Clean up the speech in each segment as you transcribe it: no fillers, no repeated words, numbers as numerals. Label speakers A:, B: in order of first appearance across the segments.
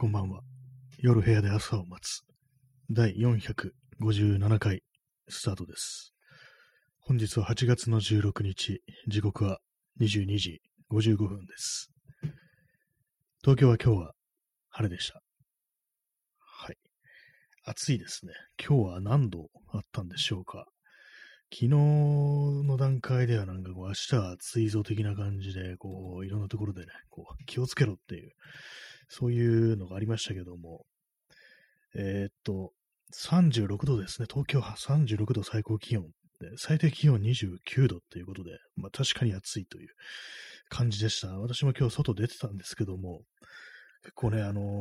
A: こんばんは。夜部屋で朝を待つ。第457回スタートです。本日は8月の16日、時刻は22時55分です。東京は今日は晴れでした。はい。暑いですね。今日は何度あったんでしょうか。昨日の段階ではなんか明日は暑いぞ的な感じで、いろんなところでね、気をつけろっていう、そういうのがありましたけども、36度ですね。東京は36度最高気温で、最低気温29度っていうことで、確かに暑いという感じでした。私も今日外出てたんですけども、結構ね、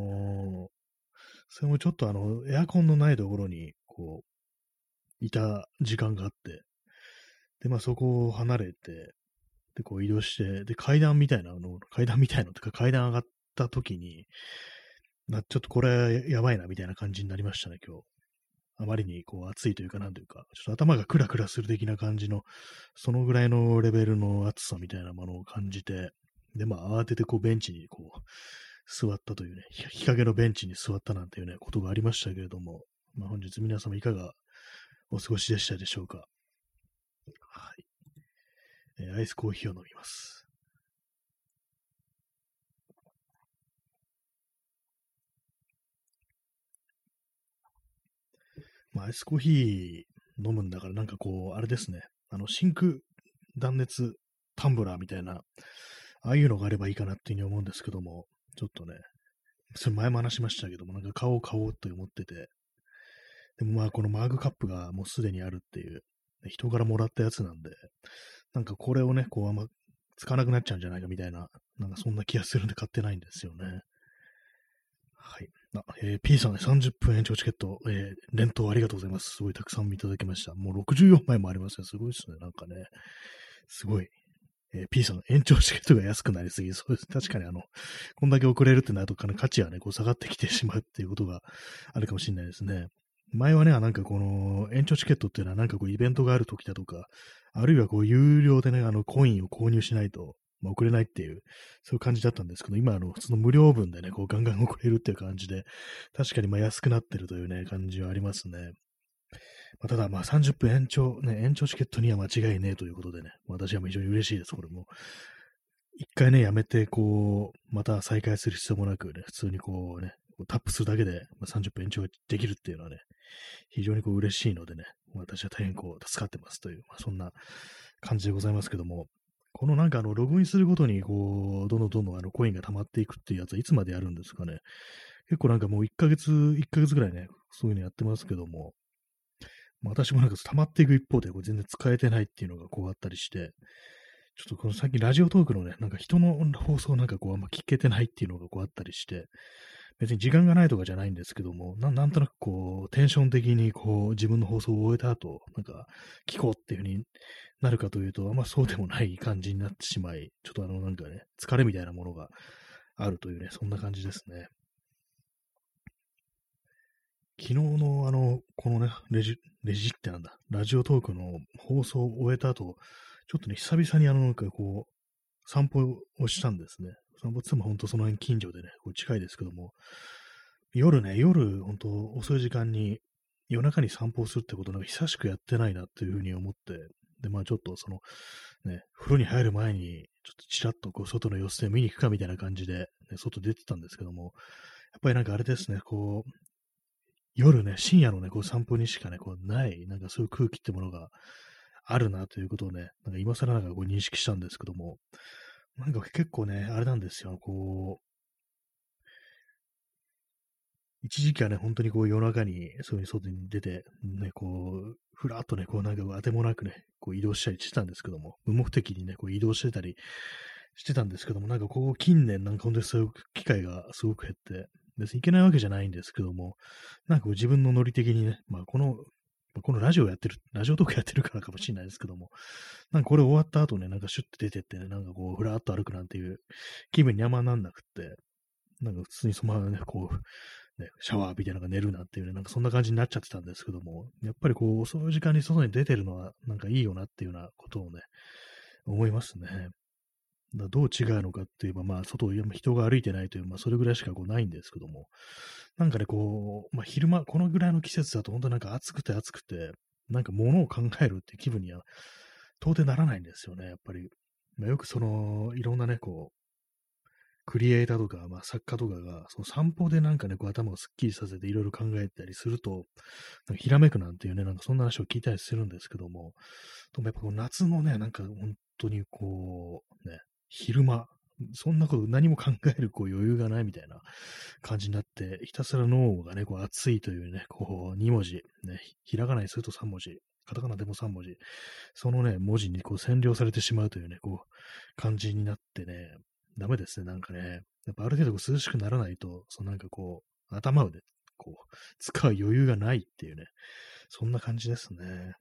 A: それもちょっとエアコンのないところに、いた時間があって、で、そこを離れて、で、移動して、で、階段みたいなとか階段上がった時に、ちょっとこれやばいなみたいな感じになりましたね、今日。あまりに暑いというか、なんというか、ちょっと頭がクラクラする的な感じの、そのぐらいのレベルの暑さみたいなものを感じて、で、慌ててベンチに座ったというね、日陰のベンチに座ったなんていうね、ことがありましたけれども、本日皆様いかがお過ごしでしたでしょうか。はい。アイスコーヒーを飲みます。アイスコーヒー飲むんだから、あれですね。真空断熱タンブラーみたいな、ああいうのがあればいいかなっていうふうに思うんですけども、ちょっとね、それ前も話しましたけども、買おうと思ってて、でもこのマグカップがもうすでにあるっていう、人からもらったやつなんで、これをね、あんま使わなくなっちゃうんじゃないかみたいな、そんな気がするんで買ってないんですよね。はい。P さんね、30分延長チケット、連投ありがとうございます。すごいたくさんいただきました。もう64枚もありますね。すごいですね。すごい。P さん、延長チケットが安くなりすぎ。そうです。確かにこんだけ遅れるってなると、価値はね、下がってきてしまうっていうことがあるかもしれないですね。前はね、この延長チケットっていうのはイベントがある時だとか、あるいは有料でね、コインを購入しないと、送れないっていう、そういう感じだったんですけど、今普通の無料分でね、ガンガン送れるっていう感じで、確かに安くなってるというね、感じはありますね。ただ30分延長チケットには間違いねえということでね、私は非常に嬉しいです、これも。一回ね、やめて、また再開する必要もなくね、普通にタップするだけで30分延長できるっていうのはね、非常に嬉しいのでね、私は大変助かってますという、そんな感じでございますけども、このログインするごとに、どんどんコインが溜まっていくっていうやつはいつまでやるんですかね。結構もう1ヶ月ぐらいね、そういうのやってますけども、私も溜まっていく一方で、全然使えてないっていうのがあったりして、ちょっと最近ラジオトークのね、人の放送あんま聞けてないっていうのがあったりして、別に時間がないとかじゃないんですけども、なんとなくテンション的に自分の放送を終えた後、聞こうっていう風になるかというと、あんまそうでもない感じになってしまい、ちょっと疲れみたいなものがあるというね、そんな感じですね。昨日のこのね、レジってなんだ、ラジオトークの放送を終えた後、ちょっとね、久々に散歩をしたんですね。散歩って言っても本当その辺近所でね、近いですけども、夜、本当遅い時間に夜中に散歩をするってこと久しくやってないなっていうふうに思って、で、ちょっと風呂に入る前に、ちょっとちらっと外の様子で見に行くかみたいな感じで、ね、外出てたんですけども、やっぱりあれですね、夜ね、深夜のね、散歩にしかね、ない、そういう空気ってものがあるなということをね、今更認識したんですけども、結構ね、あれなんですよ、一時期はね、本当に夜中にそういう外に出て、ね、ふらっとね、当てもなくね、移動したりしてたんですけども、無目的にね、移動してたりしてたんですけども、近年本当にそういう機会がすごく減って、別にいけないわけじゃないんですけども、自分のノリ的にね、このラジオトークやってるからかもしれないですけども、これ終わった後ね、シュッて出てってね、ふらっと歩くなんていう気分にあんまなんなくって、普通にそのままね、ね、シャワー浴びて寝るなんていうね、そんな感じになっちゃってたんですけども、やっぱり遅い時間に外に出てるのはいいよなっていうようなことをね、思いますね。 どう違うのかって言えば、まあ、外を人が歩いてないという、まあ、それぐらいしかこうないんですけども、なんかね、こう、まあ、昼間、このぐらいの季節だと、本当なんか暑くて暑くて、なんか物を考えるっていう気分には到底ならないんですよね、やっぱり。まあ、よくその、いろんなね、こう、クリエイターとか、まあ、作家とかが、その散歩でなんかね、こう頭をすっきりさせていろいろ考えたりすると、なんかひらめくなんていうね、なんかそんな話を聞いたりするんですけども、でもやっぱこう夏のね、なんか本当にこう、ね、昼間、そんなこと何も考えるこう余裕がないみたいな感じになって、ひたすら脳がね、こう暑いというね、こう2文字、ね、ひらがなにすると3文字、カタカナでも3文字、そのね、文字にこう占領されてしまうというね、こう、感じになってね、ダメですね、なんかね。やっぱある程度こう涼しくならないと、そのなんかこう、頭をね、こう、使う余裕がないっていうね、そんな感じですね。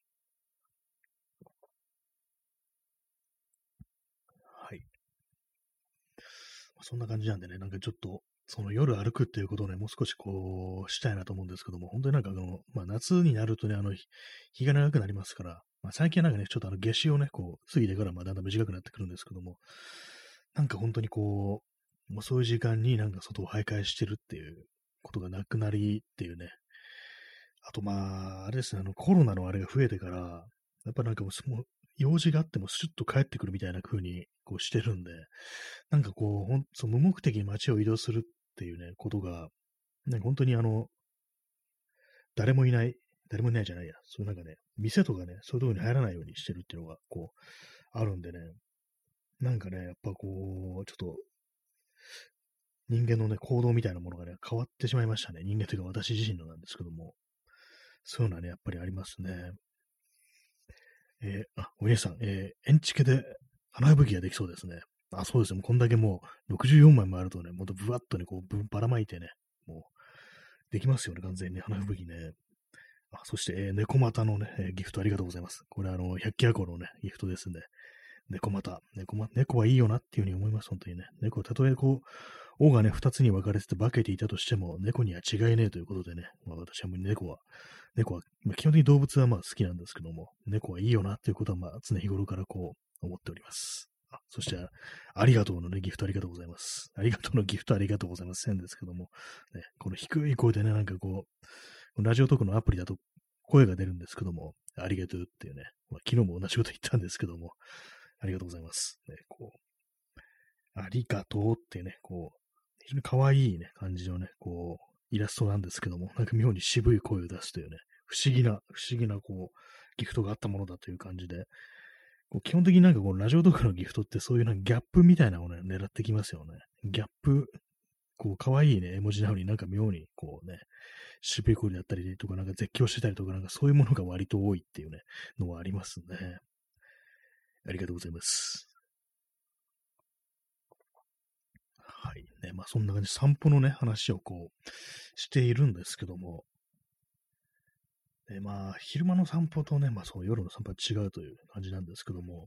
A: はい。そんな感じなんでね、なんかちょっと、その夜歩くっていうことをね、もう少しこう、したいなと思うんですけども、本当になんかまあ夏になるとね、日が長くなりますから、まあ最近はなんかね、ちょっと夏至をね、こう、過ぎてからまあだんだん短くなってくるんですけども、なんか本当にこう、もうそういう時間になんか外を徘徊してるっていうことがなくなりっていうね、あとまあ、あれですね、コロナのあれが増えてから、やっぱなんかもう用事があってもシュッと帰ってくるみたいな風にこうしてるんで、なんかこう、そう無目的に街を移動するっていうね、ことが、なんか本当に誰もいない、誰もいないじゃないや、そういうなんかね、店とかね、そういうところに入らないようにしてるっていうのが、こう、あるんでね、なんかね、やっぱこう、ちょっと人間のね、行動みたいなものがね、変わってしまいましたね。人間というか私自身のなんですけども、そういうのはね、やっぱりありますね。お姉さん、エンチケで花吹雪ができそうですね。あ、そうですね。もうこんだけもう64枚もあるとね、もっとブワッとね、こう、ばらまいてね、もう、できますよね、完全に花吹雪ね。あ、そして、猫股のね、ギフトありがとうございます。これ百鬼夜行のね、ギフトですね。猫股。猫はいいよなっていうふうに思います、本当にね。猫、たとえこう、尾がね、二つに分かれてて化けていたとしても、猫には違いねえということでね、まあ私はもう猫は、まあ、基本的に動物はまあ好きなんですけども、猫はいいよなっていうことはまあ常日頃からこう思っております。あ、そして、ありがとうのね、ギフトありがとうございます。ありがとうのギフトありがとうございます。せんですけども、ね、この低い声でね、なんかこう、ラジオトークのアプリだと声が出るんですけども、ありがとうっていうね、まあ、昨日も同じこと言ったんですけども、ありがとうございます。ね、こう、ありがとうってね、こう、非常に可愛いね、感じのね、こう、イラストなんですけども、なんか妙に渋い声を出すというね、不思議な、こう、ギフトがあったものだという感じで、こう基本的になんかこう、ラジオとかのギフトってそういうなんかギャップみたいなのをね、狙ってきますよね。ギャップ、こう、可愛いね、絵文字なのになんか妙に、こうね、渋い声だったりとか、なんか絶叫してたりとか、なんかそういうものが割と多いっていうね、のはありますね。ありがとうございます。はい。ね、まあそんな感じで散歩のね、話をこう、しているんですけども、まあ昼間の散歩とね、まあそう夜の散歩は違うという感じなんですけども、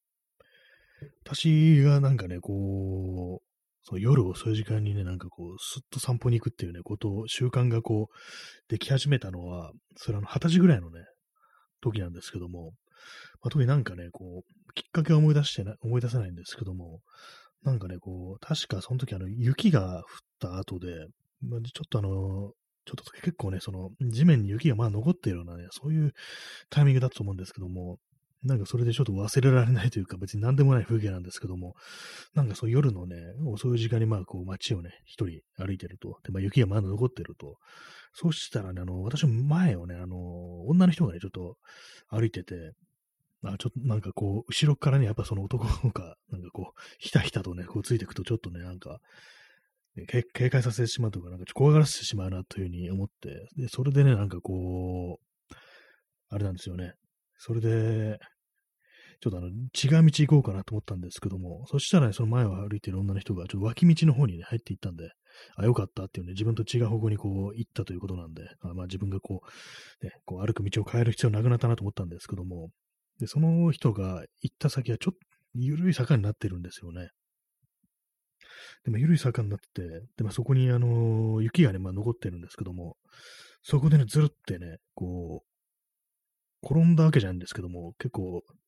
A: 私がなんかね、こう、そう夜遅い時間にね、なんかこう、すっと散歩に行くっていうね、習慣がこう、でき始めたのは、それ20歳ぐらいのね、時なんですけども、まあ、特になんかね、こう、きっかけは思い出せないんですけども、なんかね、こう、確かその時雪が降った後で、まあ、ちょっと結構ね、その、地面に雪がまだ残っているようなね、そういうタイミングだったと思うんですけども、なんかそれでちょっと忘れられないというか、別に何でもない風景なんですけども、なんかそう夜のね、遅い時間にまあこう街をね、一人歩いてると、で、まあ雪がまだ残ってると、そうしたらね、私の前をね、女の人がね、ちょっと歩いてて、ちょっとなんかこう、後ろからね、やっぱその男の子が、なんかこう、ひたひたとね、こうついていくと、ちょっとね、なんか、警戒させてしまうというか、なんか怖がらせてしまうなというふうに思って、で、それでね、なんかこう、あれなんですよね。それで、ちょっと違う道行こうかなと思ったんですけども、そしたらね、その前を歩いている女の人が、ちょっと脇道の方にね、入っていったんで、あ、よかったっていうね、自分と違う方向にこう、行ったということなんで、まあ自分がこう、ね、こう歩く道を変える必要なくなったなと思ったんですけども、で、その人が行った先はちょっと緩い坂になってるんですよね。でも緩い坂になってて、で、まあそこに雪がね、まあ残ってるんですけども、そこでね、ずるってね、こう、転んだわけじゃないんですけども、結構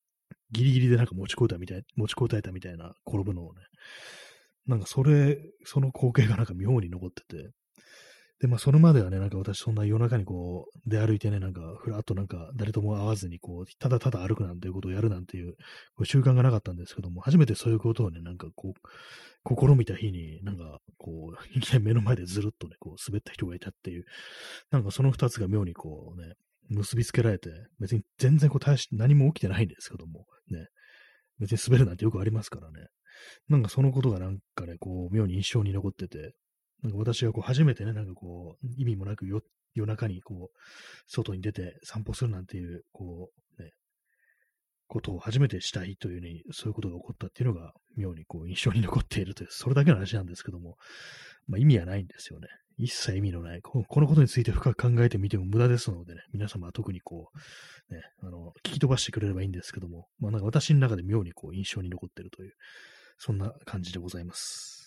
A: ギリギリでなんか持ちこたえたみたいな転ぶのをね、なんかその光景がなんか妙に残ってて、で、まあ、それまではね、なんか私そんな夜中にこう、出歩いてね、なんか、ふらっとなんか、誰とも会わずに、こう、ただただ歩くなんていうことをやるなんていう、こう習慣がなかったんですけども、初めてそういうことをね、なんかこう、試みた日に、なんか、こう、いきなり目の前でずるっとね、こう、滑った人がいたっていう、なんかその二つが妙にこうね、結びつけられて、別に全然こう、何も起きてないんですけども、ね、別に滑るなんてよくありますからね。なんかそのことがなんかね、こう、妙に印象に残ってて、なんか私がこう、初めてね、なんかこう、意味もなく夜中にこう、外に出て散歩するなんていう、こう、ね、ことを初めてしたいというに、そういうことが起こったっていうのが、妙にこう、印象に残っているという、それだけの話なんですけども、まあ意味はないんですよね。一切意味のない、このことについて深く考えてみても無駄ですのでね、皆様は特にこう、ね、聞き飛ばしてくれればいいんですけども、まあなんか私の中で妙にこう、印象に残っているという、そんな感じでございます。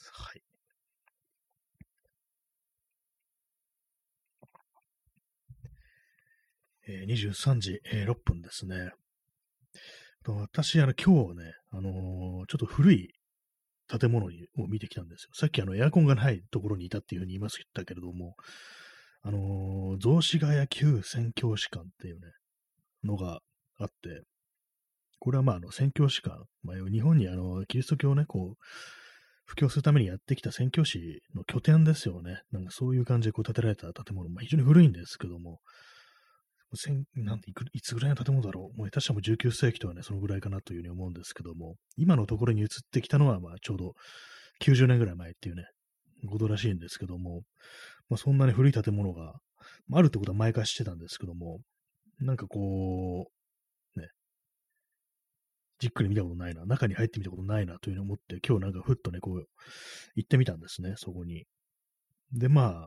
A: はい。23時、6分ですね。私、今日ね、ちょっと古い建物を見てきたんですよ。さっきエアコンがないところにいたっていうふうに言いましたけれども、雑司ヶ谷旧宣教師館っていうね、のがあって、これはまあ、宣教師館、まあ、日本にキリスト教をね、こう、布教するためにやってきた宣教師の拠点ですよね。なんかそういう感じでこう建てられた建物、まあ、非常に古いんですけども、いつぐらいの建物だろう。もう下手したらもう19世紀とはね、そのぐらいかなというふうに思うんですけども、今のところに移ってきたのは、まあ、ちょうど90年ぐらい前っていうね、ことらしいんですけども、まあ、そんなに古い建物が、まあ、あるってことは前から知ってたんですけども、なんかこう、ね、じっくり見たことないな、中に入ってみたことないなというふうに思って、今日なんかふっとね、こう、行ってみたんですね、そこに。で、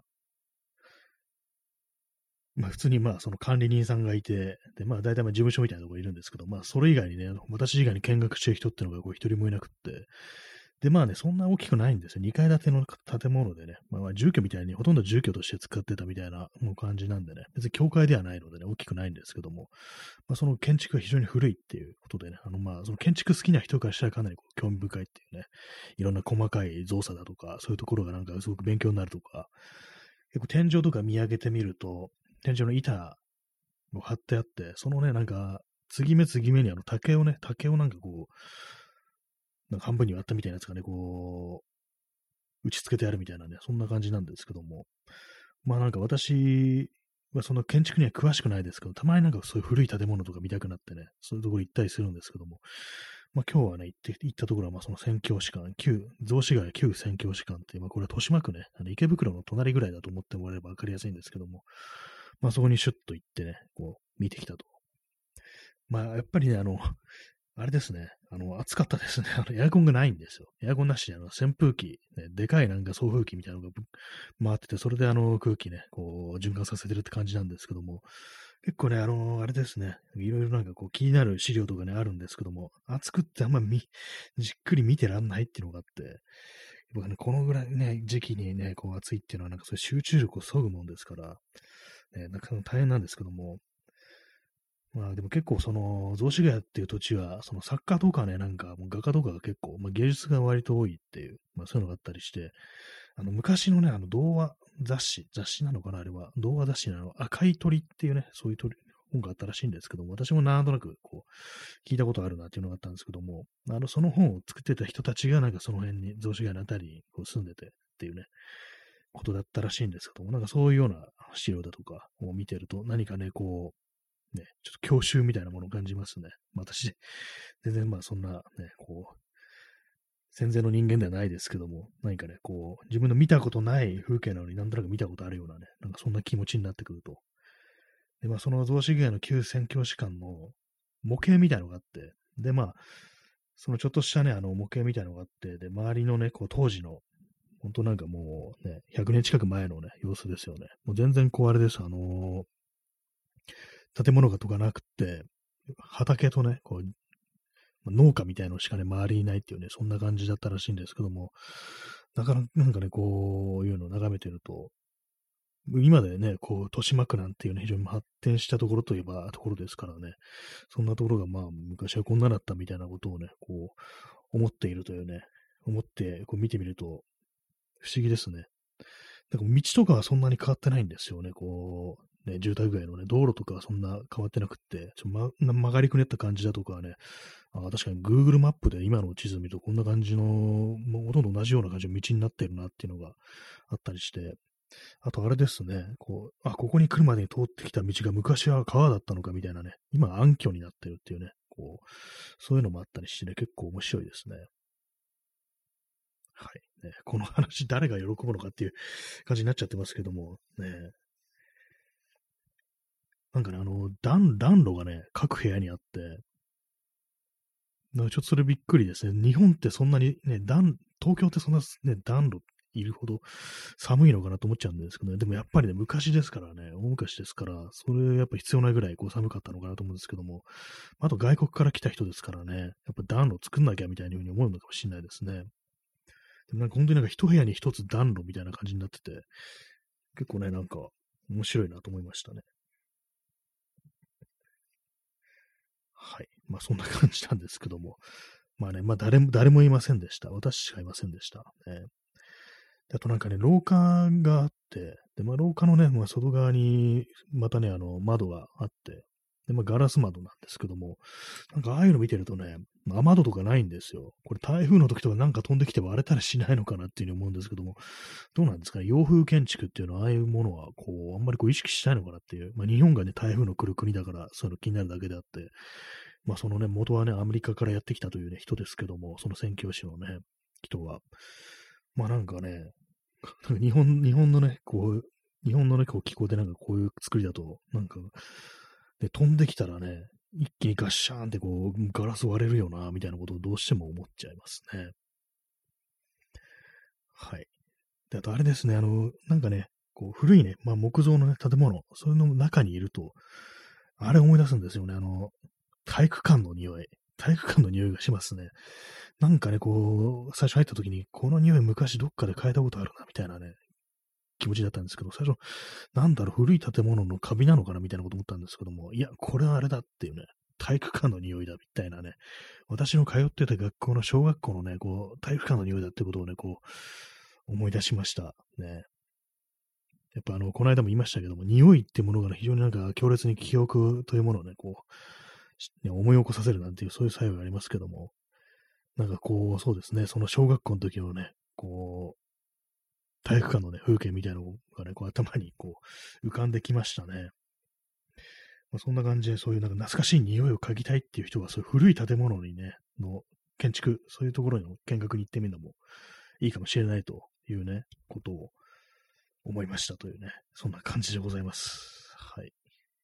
A: まあ普通にまあその管理人さんがいて、でまあ大体まあ事務所みたいなところいるんですけど、まあそれ以外にね、私以外に見学してる人っていうのがこう一人もいなくって、でまあね、そんな大きくないんですよ。2階建ての建物でね、まあ住居みたいにほとんど住居として使ってたみたいなもう感じなんでね、別に教会ではないのでね、大きくないんですけども、まあその建築が非常に古いっていうことでね、まあその建築好きな人からしたらかなりこう興味深いっていうね、いろんな細かい造作だとか、そういうところがなんかすごく勉強になるとか、結構天井とか見上げてみると、天井の板を貼ってあって、そのね、なんか、継ぎ目に竹をなんかこう、なんか半分に割ったみたいなやつがね、こう、打ち付けてあるみたいなね、そんな感じなんですけども、まあなんか私はその建築には詳しくないですけど、たまになんかそういう古い建物とか見たくなってね、そういうところ行ったりするんですけども、まあ今日はね、行ったところは、まあその宣教師館、雑司ヶ谷旧宣教師館っていう、まあこれは豊島区ね、池袋の隣ぐらいだと思ってもらえればわかりやすいんですけども、まあそこにシュッと行ってね、こう見てきたと。まあやっぱりね、あれですね。暑かったですね。エアコンがないんですよ。エアコンなしで、扇風機、ね、でかいなんか送風機みたいなのが回ってて、それで空気ね、こう、循環させてるって感じなんですけども、結構ね、あれですね、いろいろなんかこう、気になる資料とかね、あるんですけども、暑くってあんまじっくり見てらんないっていうのがあって、僕ね、このぐらいね、時期にね、こう暑いっていうのは、なんかそういう集中力を削ぐもんですから、ね、なんか大変なんですけども、まあでも結構その、雑司ヶ谷っていう土地は、その作家とかね、なんかもう画家とかが結構、まあ芸術が割と多いっていう、まあそういうのがあったりして、昔のね、雑誌なのかな、あれは。動画雑誌の赤い鳥っていうね、そういう本があったらしいんですけども、私もなんとなくこう、聞いたことあるなっていうのがあったんですけども、その本を作ってた人たちがなんかその辺に、雑司ヶ谷のあたりにこう住んでてっていうね、ことだったらしいんですけども、なんかそういうような資料だとかを見てると、何かね、こう、ね、ちょっと郷愁みたいなものを感じますね。私、全然まあそんなね、こう、戦前の人間ではないですけども、何かね、こう、自分の見たことない風景なのになんとなく見たことあるようなね、なんかそんな気持ちになってくると。で、まあその雑司ヶ谷の旧宣教師館の模型みたいのがあって、で、まあ、そのちょっとしたね、模型みたいのがあって、で、周りのね、こう当時の、本当なんかもうね、100年近く前のね、様子ですよね。もう全然こうあれです、建物がとかなくって、畑とね、こう、農家みたいのしかね、周りにいないっていうね、そんな感じだったらしいんですけども、なんかね、こういうのを眺めてると、 今でね、こう、豊島区なんていうね、非常に発展したところといえばところですからね、そんなところがまあ、昔はこんなだったみたいなことをね、こう、思っているというね、思って、こう見てみると、不思議ですね。なんか道とかはそんなに変わってないんですよね。こう、ね、住宅街のね、道路とかはそんな変わってなくって、曲がりくねった感じだとかはね、確かに Google マップで今の地図見るとこんな感じの、もうほとんど同じような感じの道になってるなっていうのがあったりして、あとあれですね、こう、ここに来るまでに通ってきた道が昔は川だったのかみたいなね、今は暗渠になってるっていうね、こう、そういうのもあったりしてね、結構面白いですね。はい。ね、この話誰が喜ぶのかっていう感じになっちゃってますけども、ね、なんかね、暖炉がね、各部屋にあって、なんかちょっとそれびっくりですね。日本ってそんなにね、東京ってそんなね、暖炉いるほど寒いのかなと思っちゃうんですけどね。でもやっぱりね、昔ですからね、大昔ですから、それやっぱ必要ないぐらいこう寒かったのかなと思うんですけども、あと外国から来た人ですからね、やっぱ暖炉作んなきゃみたいな風に思うのかもしれないですね。でもなんか本当になんか一部屋に一つ暖炉みたいな感じになってて、結構ね、なんか面白いなと思いましたね。はい。まあそんな感じなんですけども。まあね、まあ誰もいませんでした。私しかいませんでした。ね、あとなんかね、廊下があって、で、まあ廊下のね、まあ外側に、またね、窓があって、で、まあガラス窓なんですけども、なんかああいうの見てるとね、まあ雨戸とかないんですよ。これ台風の時とかなんか飛んできて割れたりしないのかなっていうふうに思うんですけども、どうなんですかね、洋風建築っていうのは、ああいうものは、こう、あんまりこう意識したいのかなっていう、まあ日本がね、台風の来る国だから、そういうの気になるだけであって、まあそのね、元はね、アメリカからやってきたというね、人ですけども、その宣教師のね、人は、まあなんかね、日本のね、こう、日本のね、こう気候でなんかこういう作りだと、なんか、で、飛んできたらね、一気にガッシャーンってこう、ガラス割れるよな、みたいなことをどうしても思っちゃいますね。はい。で、あとあれですね、なんかね、こう古いね、まあ木造のね、建物、そういうの中にいると、あれ思い出すんですよね、体育館の匂い。体育館の匂いがしますね。なんかね、こう、最初入った時に、この匂い昔どっかで嗅いだことあるな、みたいなね、気持ちだったんですけど、最初、なんだろう、古い建物のカビなのかなみたいなこと思ったんですけども、いや、これはあれだっていうね、体育館の匂いだみたいなね、私の通ってた学校の小学校のね、こう、体育館の匂いだってことをね、こう、思い出しました。ね。やっぱこの間も言いましたけども、匂いってものがね、非常になんか強烈に記憶というものをね、こう、ね、思い起こさせるなんていう、そういう作用がありますけども、なんかこう、そうですね、その小学校の時のね、こう、体育館のね、風景みたいなのがね、こう頭にこう、浮かんできましたね。まあ、そんな感じで、そういうなんか懐かしい匂いを嗅ぎたいっていう人は、そういう古い建物にね、の建築、そういうところの見学に行ってみるのもいいかもしれないというね、ことを思いましたというね、そんな感じでございます。はい。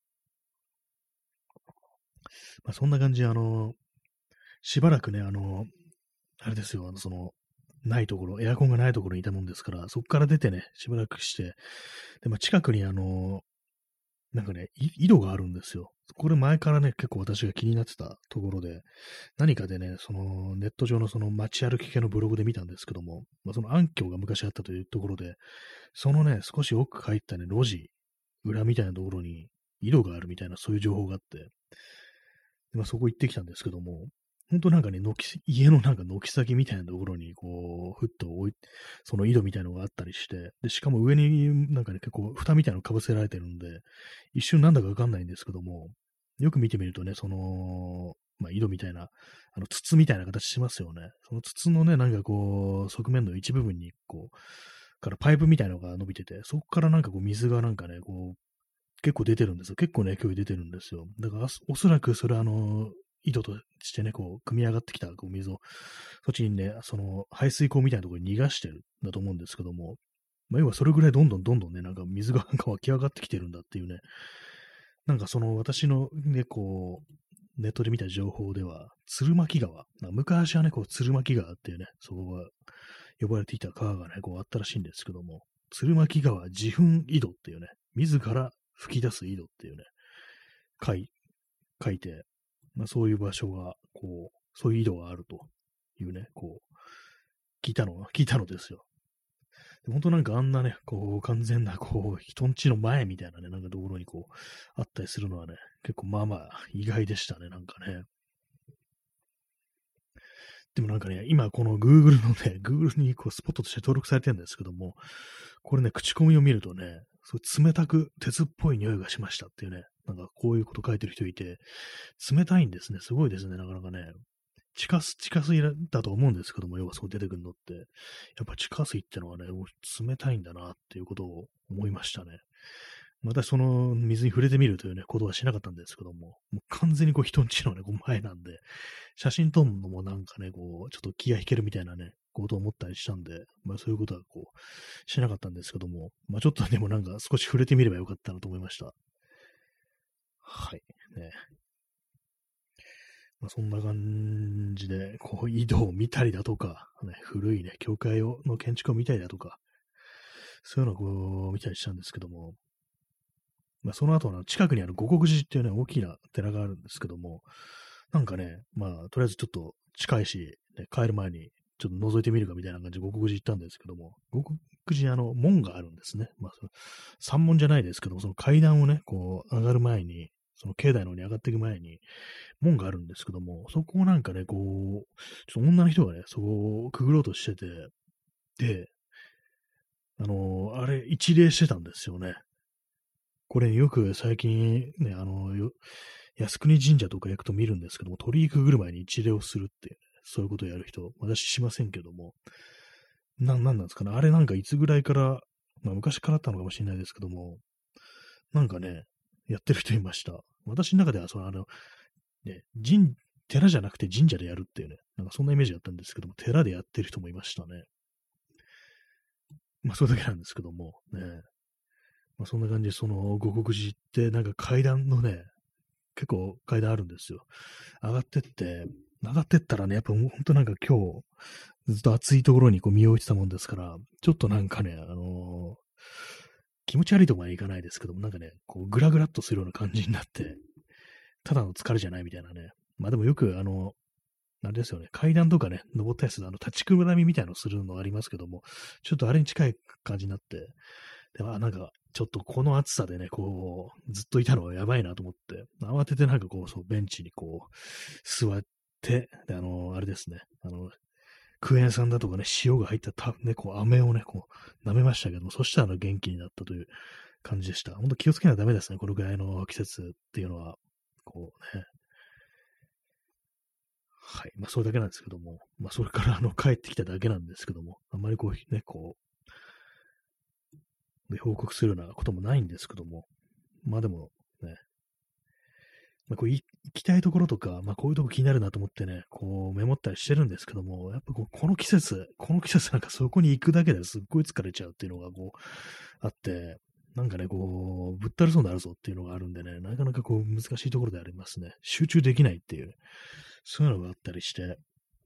A: まあ、そんな感じで、しばらくね、あれですよ、ないところ、エアコンがないところにいたもんですから、そこから出てね、しばらくして、で、まあ、近くになんかね、井戸があるんですよ。これ前からね、結構私が気になってたところで、何かでね、そのネット上のその街歩き系のブログで見たんですけども、まあ、その暗渠が昔あったというところで、そのね、少し奥入ったね、路地、裏みたいなところに井戸があるみたいな、そういう情報があって、でまあ、そこ行ってきたんですけども、本当なんかね、家のなんか軒先みたいなところに、こう、ふっとその井戸みたいなのがあったりして、で、しかも上になんかね、結構蓋みたいなの被せられてるんで、一瞬なんだかわかんないんですけども、よく見てみるとね、まあ、井戸みたいな、筒みたいな形しますよね。その筒のね、なんかこう、側面の一部分に、こう、からパイプみたいなのが伸びてて、そこからなんかこう水がなんかね、こう、結構出てるんですよ。結構ね、勢い出てるんですよ。だから、おそらくそれは井戸としてね、こう、組み上がってきたこう水を、そっちにね、その排水溝みたいなところに逃がしてるんだと思うんですけども、まあ、要はそれぐらいどんどんね、なんか水がなんか湧き上がってきてるんだっていうね、なんかその私のね、こう、ネットで見た情報では、鶴巻川、昔はね、こう、鶴巻川っていうね、そこが呼ばれていた川がね、こうあったらしいんですけども、鶴巻川自噴井戸っていうね、自ら吹き出す井戸っていうね、書い書いて、まあ、そういう場所が、こう、そういう井戸があるというね、こう、聞いたのですよ。 本当なんかあんなね、こう、完全な、こう、人ん家の前みたいなね、なんかところにこう、あったりするのはね、結構まあまあ意外でしたね、なんかね。でもなんかね、今この Google のね、Google にこうスポットとして登録されてるんですけども、これね、口コミを見るとね、そう冷たく鉄っぽい匂いがしましたっていうね、なんかこういうこと書いてる人いて、冷たいんですね。すごいですね、なかなかね。地下水だと思うんですけども、要はそう出てくるのって、やっぱ地下水ってのはね、冷たいんだなっていうことを思いましたね。私、その水に触れてみるというね、ことはしなかったんですけども、もう完全にこう人んちのね、こう前なんで、写真撮るのもなんかね、こう、ちょっと気が引けるみたいなね、ことを思ったりしたんで、まあそういうことはこう、しなかったんですけども、まあちょっとでもなんか少し触れてみればよかったなと思いました。はい。ね。まあそんな感じで、こう、井戸を見たりだとか、ね、古いね、教会の建築を見たりだとか、そういうのをこう、見たりしたんですけども、まあその後の近くにある五国寺っていうね、大きな寺があるんですけども、なんかね、まあ、とりあえずちょっと近いし、ね、帰る前にちょっと覗いてみるかみたいな感じで五国寺行ったんですけども、五国寺に門があるんですね。まあ、山門じゃないですけども、その階段をね、こう、上がる前に、その境内の方に上がっていく前に、門があるんですけども、そこをなんかね、こう、ちょっと女の人がね、そこをくぐろうとしてて、で、あれ、一礼してたんですよね。これよく最近ね、靖国神社とか行くと見るんですけども、鳥居くぐる前に一礼をするっていうね、そういうことをやる人、私しませんけども、なんですかね、あれなんかいつぐらいから、まあ昔からあったのかもしれないですけども、なんかね、やってる人いました。私の中では、ね、寺じゃなくて神社でやるっていうね、なんかそんなイメージだったんですけども、寺でやってる人もいましたね。まあそれだけなんですけども、ね、まあそんな感じで、その五国寺ってなんか階段のね、結構階段あるんですよ。上がってったらね、やっぱもう本当なんか今日、ずっと暑いところにこう身を置いてたもんですから、ちょっとなんかね、気持ち悪いとこまでいかないですけども、なんかね、こうグラグラっとするような感じになって、ただの疲れじゃないみたいなね。まあでもよくあれですよね、階段とかね、登ったりする立ちくらみみたいなのをするのありますけども、ちょっとあれに近い感じになって、で、なんか、ちょっとこの暑さでね、こう、ずっといたのはやばいなと思って、慌ててなんかこう、そう、ベンチにこう、座って、で、あれですね、クエン酸だとかね、塩が入ったね、こう、飴をね、こう、舐めましたけども、そしたら元気になったという感じでした。ほんと気をつけないとダメですね、このぐらいの季節っていうのは。こうね。はい。まあ、それだけなんですけども、まあ、それから帰ってきただけなんですけども、あんまりこう、ね、こう、報告するようなこともないんですけども、まあでも、ね、まあ、こう行きたいところとか、まあ、こういうとこ気になるなと思ってね、こうメモったりしてるんですけども、やっぱこの季節なんかそこに行くだけですっごい疲れちゃうっていうのがこう、あって、なんかね、こう、ぶったるそうになるぞっていうのがあるんでね、なかなかこう難しいところでありますね。集中できないっていう、そういうのがあったりして、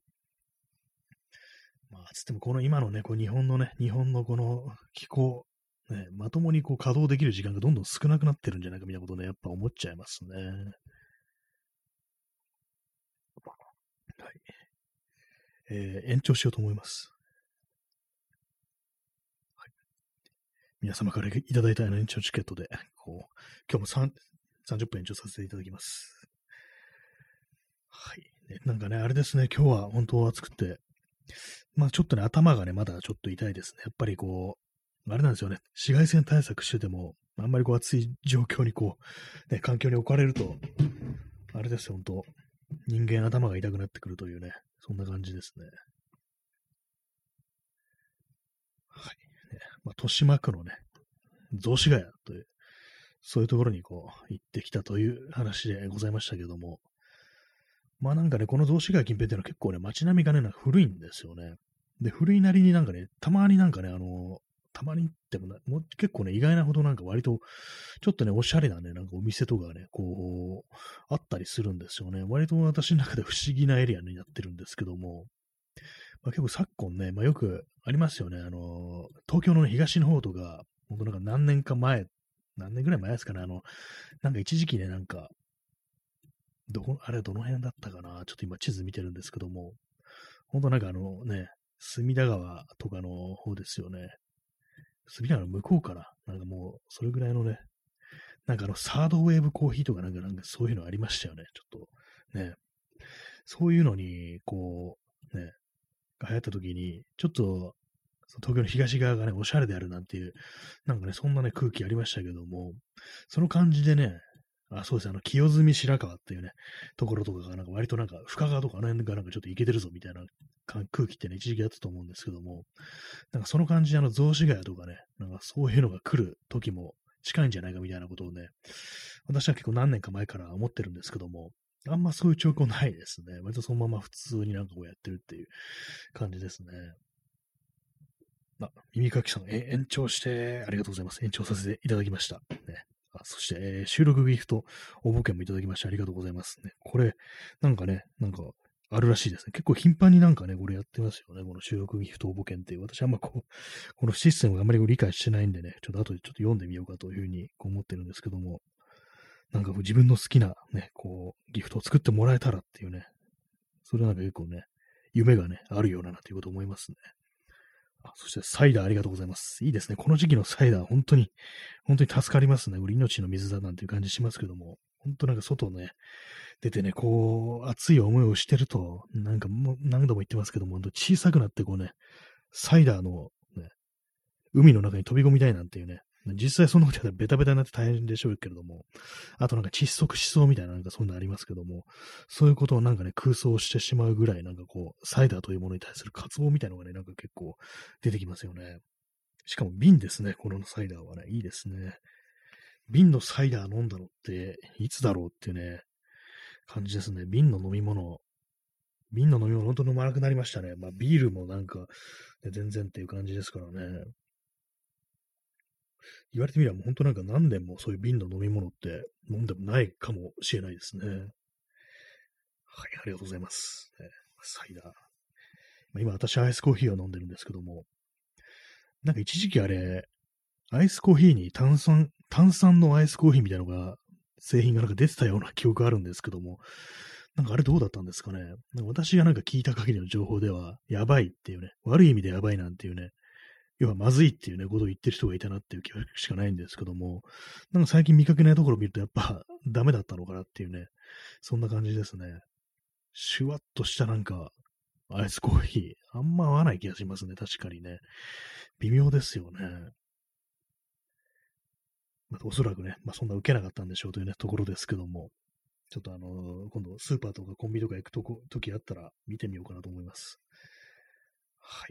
A: まあ、つってもこの今のね、こう日本のこの気候、ね、まともにこう稼働できる時間がどんどん少なくなってるんじゃないかみたいなことね、やっぱ思っちゃいますね。はい。延長しようと思います。はい、皆様からいただいた延長チケットで、こう、今日も30分延長させていただきます。はい。ね、なんかね、あれですね、今日は本当暑くて、まあちょっとね、頭がね、まだちょっと痛いですね。やっぱりこう、あれなんですよね、紫外線対策してても、あんまりこう暑い状況にこう、ね、環境に置かれると、あれですよ、本当人間頭が痛くなってくるというね、そんな感じですね。はい。ね、まあ、豊島区のね、雑司ヶ谷という、そういうところにこう、行ってきたという話でございましたけども、まあなんかね、この雑司ヶ谷近辺っていうのは結構ね、街並みがね、なんか古いんですよね。で、古いなりになんかね、たまになんかね、たまにってもな、もう結構ね、意外なほどなんか割と、ちょっとね、おしゃれなね、なんかお店とかね、こう、あったりするんですよね。割と私の中で不思議なエリアになってるんですけども、まあ、結構昨今ね、まあよくありますよね。東京の、ね、東の方とか、ほんとなんか何年ぐらい前ですかね、なんか一時期ね、なんか、あれどの辺だったかな、ちょっと今地図見てるんですけども、ほんとなんか隅田川とかの方ですよね。 隅田川の向こうから、なんかもう、それぐらいのね、なんかサードウェーブコーヒーとかなんかそういうのありましたよね。ちょっと、ね。そういうのに、こう、ね、が流行った時に、ちょっと、東京の東側がね、おしゃれであるなんていう、なんかね、そんなね、空気ありましたけども、その感じでね、そうです。清澄白河っていうね、ところとかが、なんか割となんか、深川とかあの辺がなんかちょっとイケてるぞみたいな空気ってね、一時期あったと思うんですけども、なんかその感じで雑司ヶ谷とかね、なんかそういうのが来る時も近いんじゃないかみたいなことをね、私は結構何年か前から思ってるんですけども、あんまそういう兆候ないですね。割とそのまま普通になんかこうやってるっていう感じですね。耳かきさん、延長してありがとうございます。延長させていただきました。ね。そして、収録ギフト応募券もいただきましてありがとうございますね。これ、なんかね、なんか、あるらしいですね。結構頻繁になんかね、これやってますよね。この収録ギフト応募券っていう。私あんまこのシステムがあんまり理解してないんでね、ちょっと後でちょっと読んでみようかというふうに思ってるんですけども、なんか自分の好きなね、ギフトを作ってもらえたらっていうね、それはなんか結構ね、夢がね、あるようだなということを思いますね。そしてサイダーありがとうございます。いいですね。この時期のサイダー、本当に助かりますね。これ命の水だなんていう感じしますけども、本当なんか外ね、出てね、熱い思いをしてると、なんかもう何度も言ってますけども、小さくなってサイダーの、ね、海の中に飛び込みたいなんていうね、実際そんなことやったらベタベタになって大変でしょうけれども、あとなんか窒息しそうみたいななんかそんなありますけども、そういうことをなんかね、空想してしまうぐらいなんかサイダーというものに対する渇望みたいなのがね、なんか結構出てきますよね。しかも瓶ですね、このサイダーはね、いいですね。瓶のサイダー飲んだのって、いつだろうっていうね、感じですね。瓶の飲み物本当飲まなくなりましたね。ビールもなんか、ね、全然っていう感じですからね。言われてみればもう本当なんか何年もそういう瓶の飲み物って飲んでもないかもしれないですね。はい、ありがとうございます。サイダー。今私アイスコーヒーを飲んでるんですけども、なんか一時期あれ、アイスコーヒーに炭酸のアイスコーヒーみたいなのが、製品がなんか出てたような記憶あるんですけども、なんかあれどうだったんですかね。なんか私がなんか聞いた限りの情報では、やばいっていうね、悪い意味でやばいなんていうね、要はまずいっていうね、ことを言ってる人がいたなっていう記憶しかないんですけども、なんか最近見かけないところを見るとやっぱダメだったのかなっていうね、そんな感じですね。シュワッとしたなんか、アイスコーヒー、あんま合わない気がしますね、確かにね。微妙ですよね。おそらくね、そんな受けなかったんでしょうというね、ところですけども、ちょっと今度スーパーとかコンビニとか行く時あったら見てみようかなと思います。はい。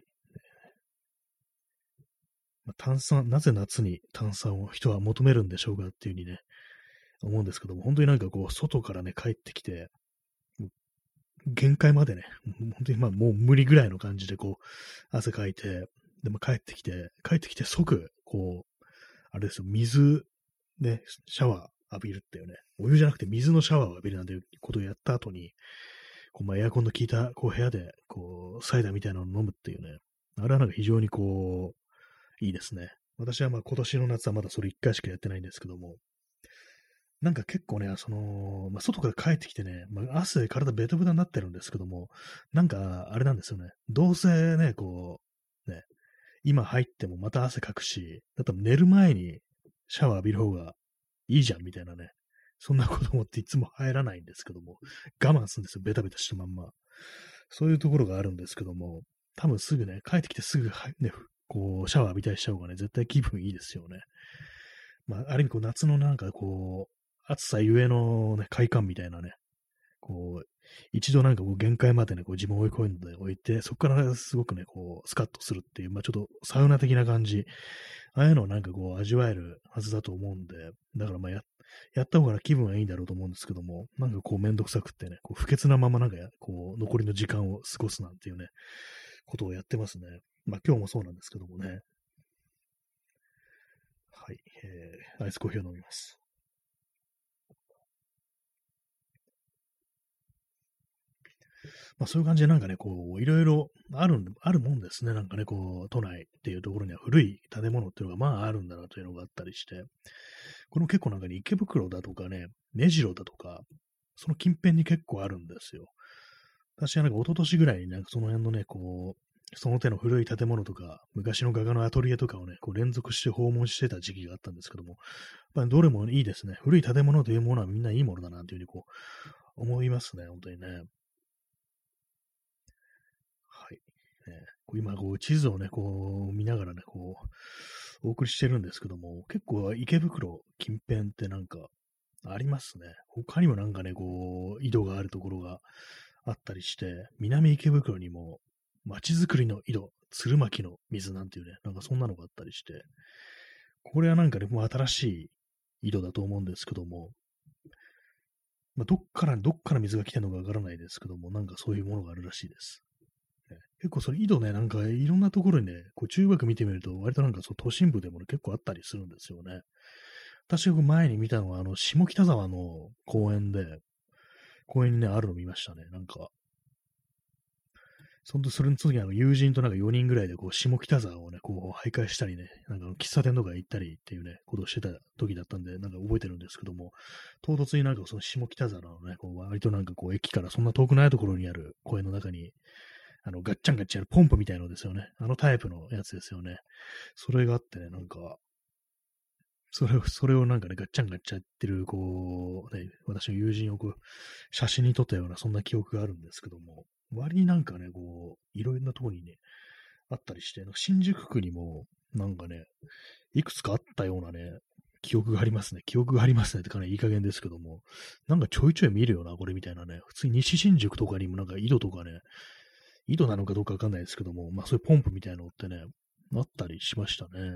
A: なぜ夏に炭酸を人は求めるんでしょうかっていうふうにね、思うんですけども、本当になんか外からね、帰ってきて、限界までね、本当にもう無理ぐらいの感じで汗かいて、でも帰ってきて即、あれですよ、水でシャワー浴びるっていうね、お湯じゃなくて水のシャワーを浴びるなんていうことをやった後に、エアコンの効いた部屋でサイダーみたいなのを飲むっていうね、あれはなんか非常にいいですね。私は今年の夏はまだそれ一回しかやってないんですけども、なんか結構ね、外から帰ってきてね、汗で体ベタベタになってるんですけども、なんか、あれなんですよね。どうせね、ね、今入ってもまた汗かくし、だったら寝る前にシャワー浴びる方がいいじゃんみたいなね。そんなこと思っていつも入らないんですけども、我慢するんですよ。ベタベタしたまんま。そういうところがあるんですけども、多分すぐね、帰ってきてすぐ、ね、シャワー浴びたりした方がね、絶対気分いいですよね。ある意味夏のなんか暑さゆえのね、快感みたいなね、一度なんか限界までね、自分を追い込んでおいて、そこからすごくね、スカッとするっていう、ちょっとサウナ的な感じ、ああいうのをなんか味わえるはずだと思うんで、だからやった方が気分はいいんだろうと思うんですけども、なんかめんどくさくってね、不潔なままなんか残りの時間を過ごすなんていうね、ことをやってますね。今日もそうなんですけどもね。はい。アイスコーヒーを飲みます。そういう感じでなんかね、いろいろあるもんですね。なんかね、都内っていうところには古い建物っていうのがあるんだなというのがあったりして、これも結構なんかね、池袋だとかね、目白だとか、その近辺に結構あるんですよ。私はなんか一昨年ぐらいになんかその辺のね、 その手の古い建物とか、昔の画家のアトリエとかをね、こう連続して訪問してた時期があったんですけども、どれもいいですね。古い建物というものはみんないいものだなというふうにこう思いますね、本当にね。はい。今、こう、地図をね、こう、見ながらね、こう、お送りしてるんですけども、結構池袋近辺ってなんかありますね。他にもなんかね、こう、井戸があるところがあったりして、南池袋にも街づくりの井戸、鶴巻の水なんていうね、なんかそんなのがあったりして、これはなんかね、もう新しい井戸だと思うんですけども、どっから水が来てるのかわからないですけども、なんかそういうものがあるらしいです。結構それ井戸ね、なんかいろんなところにね、こう中学見てみると、割となんかそう都心部でもね、結構あったりするんですよね。私が前に見たのは、下北沢の公園で、公園にね、あるの見ましたね。なんか、それの次友人となんか4人ぐらいで、こう、下北沢をね、こう、徘徊したりね、なんか喫茶店とか行ったりっていうね、ことをしてた時だったんで、なんか覚えてるんですけども、唐突になんかその下北沢のね、こう、割となんかこう、駅からそんな遠くないところにある公園の中に、ガッチャンガッチャンやるポンプみたいのですよね。あのタイプのやつですよね。それがあってね、なんか、それをなんかね、ガッチャンガッチャンやってる、こう、ね、私の友人をこう、写真に撮ったような、そんな記憶があるんですけども、割になんかね、こう、いろいろなところにね、あったりして、なんか新宿区にも、なんかね、いくつかあったようなね、記憶がありますね。記憶がありますねってかなりいい加減ですけども、なんかちょいちょい見るよな、これみたいなね。普通に西新宿とかにもなんか井戸とかね、井戸なのかどうかわかんないですけども、まあそういうポンプみたいなのってね、あったりしましたね。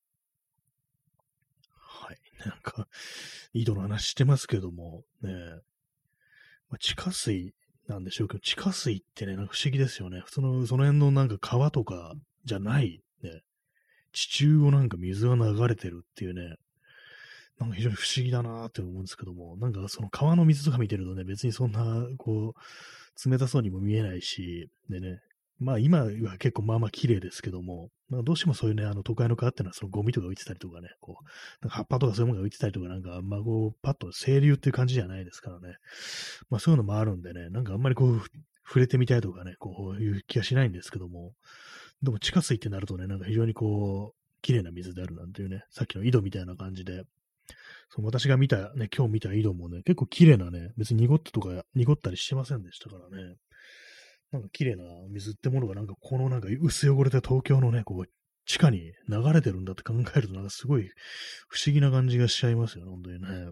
A: はい。なんか、井戸の話してますけども、ね、地下水なんでしょうけど、地下水ってね、なんか不思議ですよね。普通の、その辺のなんか川とかじゃない、ね、地中をなんか水が流れてるっていうね、なんか非常に不思議だなーって思うんですけども、なんかその川の水とか見てるとね、別にそんな、こう、冷たそうにも見えないし、でね、まあ今は結構まあまあ綺麗ですけども、まあどうしてもそういうね、都会の川ってのはそのゴミとか浮いてたりとかね、こう、なんか葉っぱとかそういうものが浮いてたりとか、なんかあんまこう、パッと清流っていう感じじゃないですからね。まあそういうのもあるんでね、なんかあんまりこう、触れてみたいとかね、こういう気がしないんですけども、でも地下水ってなるとね、なんか非常にこう、綺麗な水であるなんていうね、さっきの井戸みたいな感じで、そう私が見た、ね、今日見た井戸もね、結構綺麗なね、別に濁ったりしてませんでしたからね。なんか綺麗な水ってものがなんかこのなんか薄汚れた東京のね、こう、地下に流れてるんだって考えるとなんかすごい不思議な感じがしちゃいますよね、本当にね。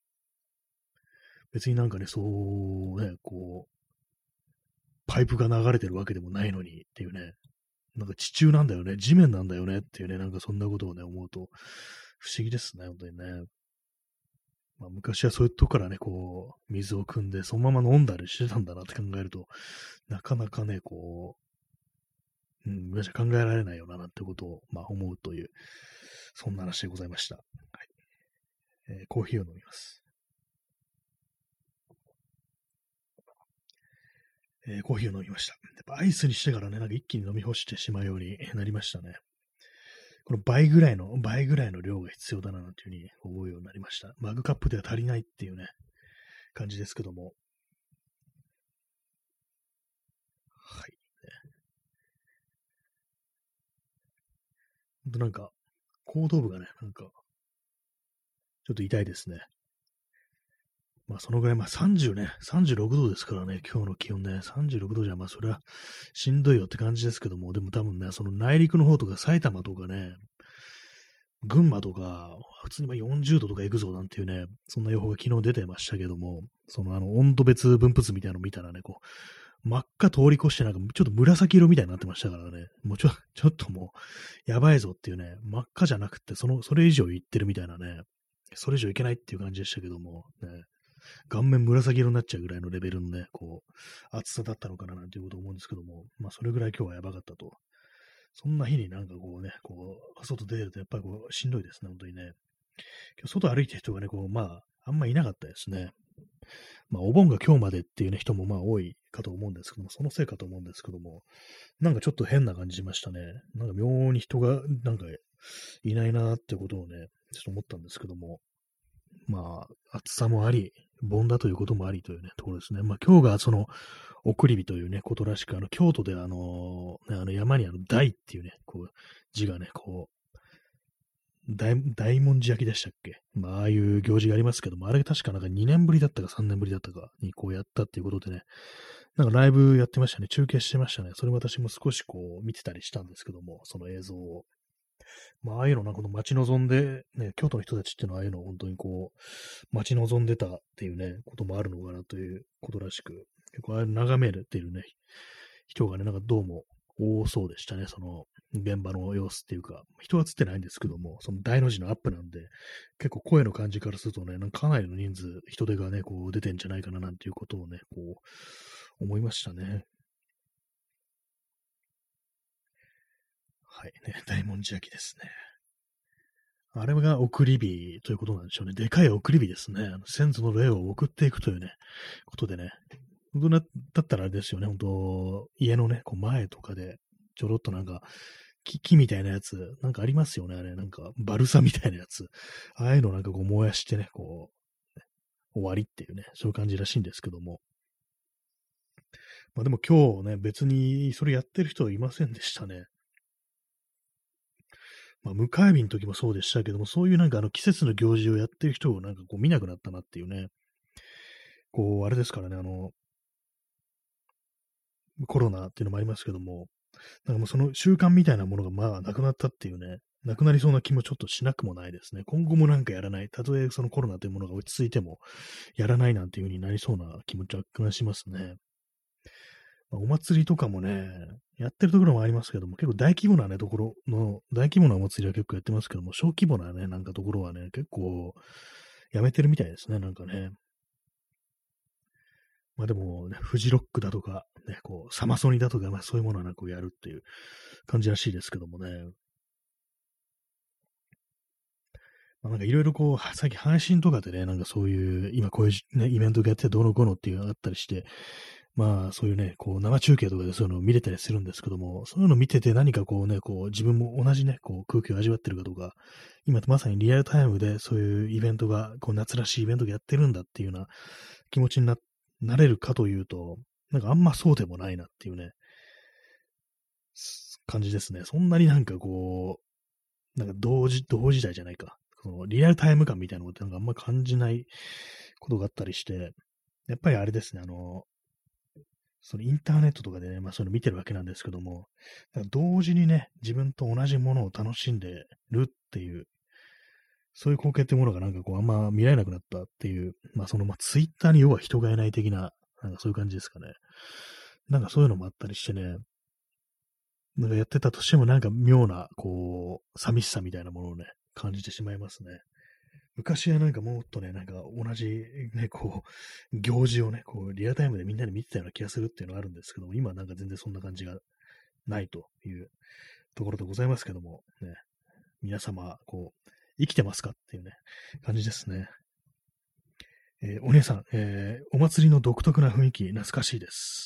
A: 別になんかね、そうね、こう、パイプが流れてるわけでもないのにっていうね、なんか地中なんだよね、地面なんだよねっていうね、なんかそんなことをね、思うと不思議ですね、本当にね。まあ、昔はそういうとこからね、こう、水を汲んで、そのまま飲んだりしてたんだなって考えると、なかなかね、こう、昔は考えられないよな、なんてことを、まあ、思うという、そんな話でございました。はい。コーヒーを飲みます。コーヒーを飲みました。やっぱアイスにしてからね、なんか一気に飲み干してしまうようになりましたね。この倍ぐらいの量が必要だな、なんていうふうに思うようになりました。マグカップでは足りないっていうね、感じですけども。はい。ほんとなんか、後頭部がね、なんか、ちょっと痛いですね。まあ、そのぐらい、まあ、30ね、36度ですからね、今日の気温ね、36度じゃ、まあ、それはしんどいよって感じですけども、でも多分ね、その内陸の方とか、埼玉とかね、群馬とか、普通にまあ40度とか行くぞなんていうね、そんな予報が昨日出てましたけども、その温度別分布図みたいなのを見たらね、こう、真っ赤通り越してなんかちょっと紫色みたいになってましたからね、もうちょっともう、やばいぞっていうね、真っ赤じゃなくて、それ以上行ってるみたいなね、それ以上いけないっていう感じでしたけども、ね、顔面紫色になっちゃうぐらいのレベルのね、こう、暑さだったのかななんていうことを思うんですけども、まあ、それぐらい今日はやばかったと。そんな日になんかこうね、こう、外出るとやっぱりこう、しんどいですね、本当にね。今日外歩いてる人がね、こう、まあ、あんまいなかったですね。まあ、お盆が今日までっていうね、人もまあ多いかと思うんですけども、そのせいかと思うんですけども、なんかちょっと変な感じしましたね。なんか妙に人がなんかいないなってことをね、ちょっと思ったんですけども、まあ、暑さもあり、 盆だということもありというね、ところですね。まあ今日がその、送り火というね、ことらしく、京都で山に大っていうね、こう、字がね、こう、大文字焼きでしたっけ？まあ、ああいう行事がありますけども、あれ確かなんか2年ぶりだったか3年ぶりだったかにこうやったっていうことでね、なんかライブやってましたね。中継してましたね。それ私も少しこう見てたりしたんですけども、その映像を。まあ、ああいうのなんかこの待ち望んで、ね、京都の人たちっていうのはああいうのを本当にこう、待ち望んでたっていうね、こともあるのかなということらしく、結構ああいうの眺めるっていうね、人がね、なんかどうも多そうでしたね。その現場の様子っていうか、人は映ってないんですけども、その大の字のアップなんで、結構声の感じからするとね、なんかかなりの人数、人手がね、こう出てんじゃないかななんていうことをね、こう思いましたね。はい、ね、大文字焼きですね。あれが送り火ということなんでしょうね。でかい送り火ですね。先祖の霊を送っていくというね、ことでね。本当だったらあれですよね。本当家のね、こう前とかで、ちょろっとなんか、木みたいなやつ、なんかありますよね。あれ、なんか、バルサみたいなやつ。ああいうのなんかこう燃やしてね、こう、終わりっていうね、そういう感じらしいんですけども。まあでも今日ね、別にそれやってる人はいませんでしたね。まあ、迎え火の時もそうでしたけども、そういうなんか季節の行事をやってる人をなんかこう見なくなったなっていうね、こう、あれですからね、コロナっていうのもありますけども、なんかもうその習慣みたいなものがまあなくなったっていうね、なくなりそうな気もちょっとしなくもないですね。今後もなんかやらない。たとえそのコロナというものが落ち着いても、やらないなんていう風になりそうな気持ちは若干しますね。まあ、お祭りとかもね、やってるところもありますけども、結構大規模なね、ところの、大規模なお祭りは結構やってますけども、小規模なね、なんかところはね、結構やめてるみたいですね、なんかね。まあでもね、フジロックだとか、ね、こう、サマソニだとか、まあそういうものはなんかやるっていう感じらしいですけどもね。まあ、なんかいろいろこう、最近配信とかでね、なんかそういう、今こういうね、イベントがやってどうのこうのっていうのがあったりして、まあそういうね、こう生中継とかでそういうのを見れたりするんですけども、そういうのを見てて何かこうね、こう自分も同じね、こう空気を味わってるかとか、今まさにリアルタイムでそういうイベントが、こう夏らしいイベントがやってるんだっていうような気持ちになれるかというと、なんかあんまそうでもないなっていうね、感じですね。そんなになんかこう、なんか同時代じゃないか。そのリアルタイム感みたいなのってなんかあんま感じないことがあったりして、やっぱりあれですね、そのインターネットとかでね、まあそういうの見てるわけなんですけども、同時にね、自分と同じものを楽しんでるっていう、そういう光景ってものがなんかこうあんま見られなくなったっていう、まあそのまあツイッターに要は人がいない的な、なんかそういう感じですかね。なんかそういうのもあったりしてね、なんかやってたとしてもなんか妙な、こう、寂しさみたいなものをね、感じてしまいますね。昔はなんかもっとね、なんか同じね、こう、行事をね、こう、リアルタイムでみんなで見てたような気がするっていうのがあるんですけども、今はなんか全然そんな感じがないというところでございますけども、ね、皆様、こう、生きてますかっていうね、感じですね。お姉さん、お祭りの独特な雰囲気、懐かしいです。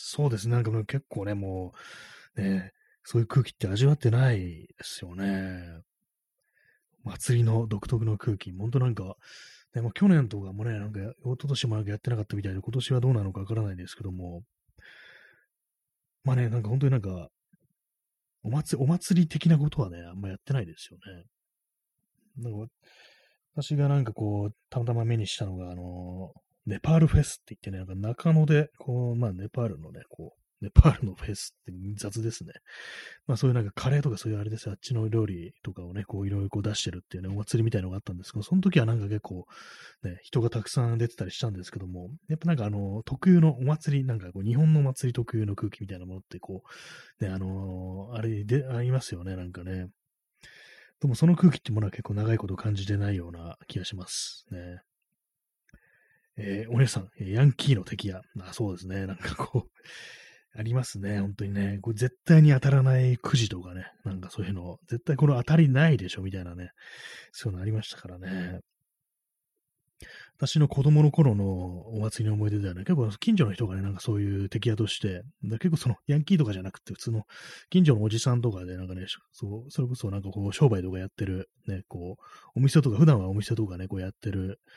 A: そうですね、なんかもう結構ね、もう、ね、そういう空気って味わってないですよね。祭りの独特の空気、ほんとなんか、ね、もう去年とかもね、なんか、一昨年もなんかやってなかったみたいで、今年はどうなのかわからないですけども、まあね、なんか本当になんか、お祭り的なことはね、あんまやってないですよね。なんか、私がなんかこう、たまたま目にしたのが、ネパールフェスって言ってね、なんか中野で、こう、まあネパールのね、こう、ネパールのフェスって雑ですね。まあそういうなんかカレーとかそういうあれですよ、あっちの料理とかをね、こういろいろこう出してるっていうね、お祭りみたいなのがあったんですけど、その時はなんか結構ね、人がたくさん出てたりしたんですけども、やっぱなんか特有のお祭り、なんかこう日本のお祭り特有の空気みたいなものってこう、ね、あれでありますよね、なんかね。でもその空気ってものは結構長いこと感じてないような気がしますね。お姉さん、ヤンキーの敵や。あ、そうですね。なんかこう、ありますね。本当にね。これ絶対に当たらないくじとかね。なんかそういうの、絶対これ当たりないでしょ、みたいなね。そういうのありましたからね。私の子供の頃のお祭りの思い出ではね、結構近所の人がね、なんかそういう敵屋として、結構そのヤンキーとかじゃなくて、普通の近所のおじさんとかで、なんかね、そう、それこそなんかこう商売とかやってる、ね、こう、お店とか、普段はお店とかね、こうやってる、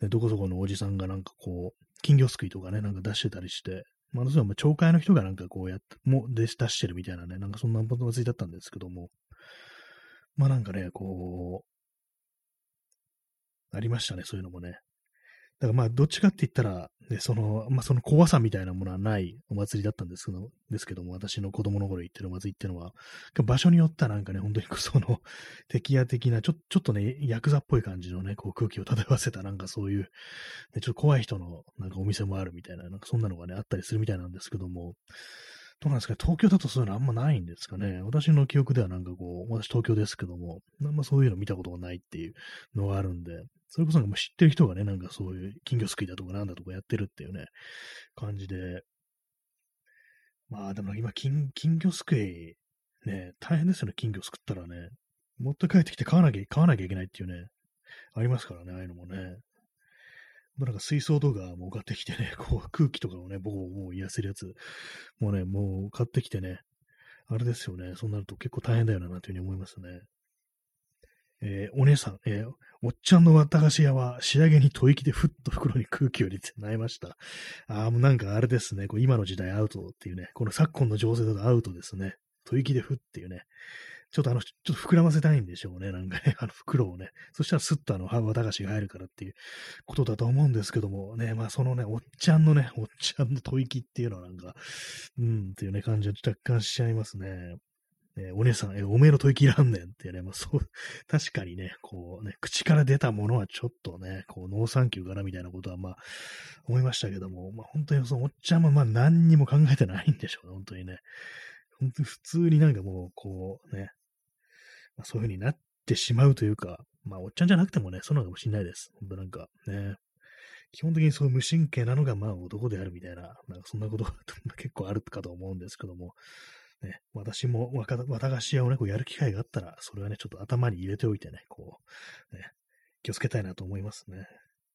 A: ね、どこそこのおじさんがなんかこう、金魚すくいとかね、なんか出してたりして、まあ、それはまあ町会の人がなんかこうやって、出してるみたいなね、なんかそんなことついだったんですけども、まあなんかね、こう、ありましたね、そういうのもね。だからまあ、どっちかって言ったら、ね、その怖さみたいなものはないお祭りだったんですけども、私の子供の頃行ってるお祭りっていうのは、場所によってはなんかね、本当に敵屋的な、ちょっとね、ヤクザっぽい感じのね、こう空気を漂わせた、なんかそういう、ちょっと怖い人のなんかお店もあるみたいな、なんかそんなのがね、あったりするみたいなんですけども、どうなんですかね、東京だとそういうのあんまないんですかね。私の記憶ではなんかこう、私東京ですけども、あんまそういうの見たことがないっていうのがあるんで、それこそなんかもう知ってる人がね、なんかそういう金魚すくいだとかなんだとかやってるっていうね、感じで、まあでも今金魚すくい、ね、大変ですよね、金魚すくったらね。持って帰ってきて買わなきゃいけないっていうね、ありますからね、ああいうのもね。なんか水槽とかも買ってきてね、こう空気とかをね、ボコボコ癒せるやつ、もうね、もう買ってきてね、あれですよね。そうなると結構大変だよな、なんていうふうに思いますね。お姉さん、おっちゃんの綿菓子屋は仕上げに吐息でふっと袋に空気を入れて萎えました。ああ、もうなんかあれですね。こう今の時代アウトっていうね。この昨今の情勢だとアウトですね。吐息でふっていうね。ちょっと膨らませたいんでしょうね。なんかね、袋をね。そしたらスッと綿菓子が入るからっていうことだと思うんですけども、ね、まあそのね、おっちゃんの吐息っていうのはなんか、っていうね、感じは若干しちゃいますね。お姉さん、おめえの吐息いらんねんっていうね、まあ、そう、確かにね、こうね、口から出たものはちょっとね、こう、ノーサンキューかなみたいなことは、まあ、思いましたけども、まあ、本当にそのおっちゃんもまあ、何にも考えてないんでしょうね、本当にね。本当に普通になんかもう、こうね、まあ、そういう風になってしまうというか、まあ、おっちゃんじゃなくてもね、そうなのかもしれないです。本当なんかね、基本的にそういう無神経なのが、まあ、男であるみたいな、なんかそんなことが結構あるかと思うんですけども、ね、私も綿菓子屋をね、こうやる機会があったら、それはね、ちょっと頭に入れておいてね、こう、ね、気をつけたいなと思いますね。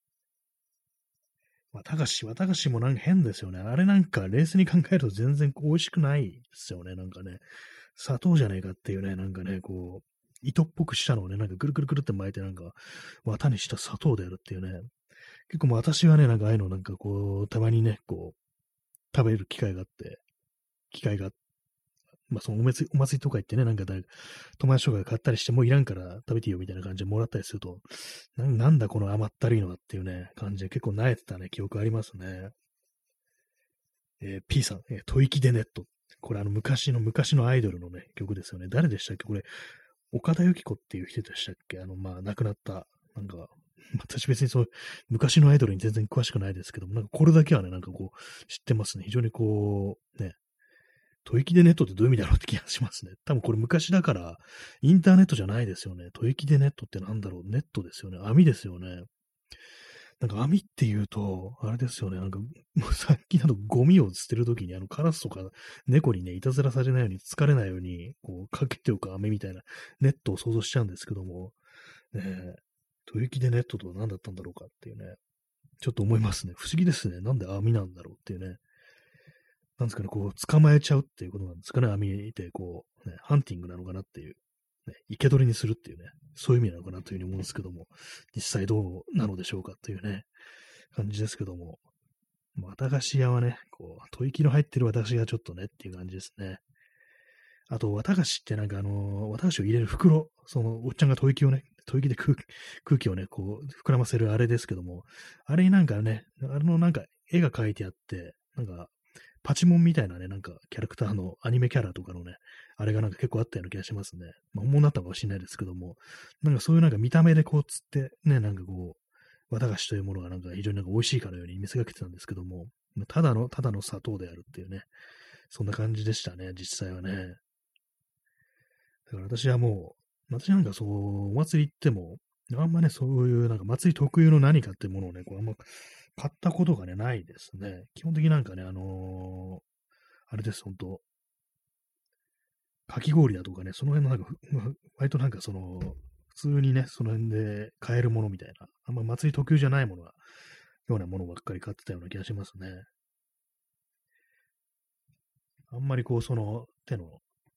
A: 綿菓子もなんか変ですよね。あれなんか冷静に考えると全然美味しくないですよね。なんかね、砂糖じゃねえかっていうね、なんかね、こう、糸っぽくしたのをね、なんかぐるぐるぐるって巻いてなんか、綿にした砂糖でやるっていうね。結構もう私はね、なんかああいうのなんかこう、たまにね、こう、食べる機会がまあ、そのお祭りとか行ってね、なんか友達とかが買ったりして、もういらんから食べていいよみたいな感じでもらったりすると、なんだこの甘ったるいのはっていうね、感じで結構萎えてたね、記憶ありますね。P さん、吐息でネット。これ昔のアイドルのね、曲ですよね。誰でしたっけこれ、岡田由紀子っていう人でしたっけまあ、亡くなった、なんか、私別にそう、昔のアイドルに全然詳しくないですけども、なんかこれだけはね、なんかこう、知ってますね。非常にこう、ね、吐息でネットってどういう意味だろうって気がしますね。多分これ昔だから、インターネットじゃないですよね。吐息でネットってなんだろう。ネットですよね。網ですよね。なんか網って言うと、あれですよね。なんか、もうさっきだとゴミを捨てるときに、カラスとか猫にね、いたずらされないように、疲れないように、こう、かけておく網みたいなネットを想像しちゃうんですけども、ねえ、吐息でネットとは何だったんだろうかっていうね、ちょっと思いますね。不思議ですね。なんで網なんだろうっていうね。なんですかね、こう、捕まえちゃうっていうことなんですかね、網で、こう、ね、ハンティングなのかなっていう、ね、生け捕りにするっていうね、そういう意味なのかなというふうに思うんですけども、実際どうなのでしょうかっていうね、感じですけども、綿菓子屋はね、こう、吐息の入ってる私がちょっとねっていう感じですね。あと、綿菓子ってなんか綿菓子を入れる袋、おっちゃんが吐息で空気をね、こう、膨らませるあれですけども、あれになんかね、なんか絵が描いてあって、なんかパチモンみたいなね、なんかキャラクターのアニメキャラとかのね、あれがなんか結構あったような気がしますね。まあ、本物だったのかもしれないですけども、なんかそういうなんか見た目でこう釣って、ね、なんかこう、綿菓子というものがなんか非常になんか美味しいかのように見せかけてたんですけども、ただの砂糖であるっていうね、そんな感じでしたね、実際はね。だから私なんかそう、お祭り行っても、あんまね、そういうなんか祭り特有の何かっていうものをね、こうあんま買ったことがね、ないですね。基本的になんかね、あれです、本当かき氷だとかね、その辺のなんか、割となんか普通にね、その辺で買えるものみたいな、あんま祭り特有じゃないものが、ようなものばっかり買ってたような気がしますね。あんまりこう、手の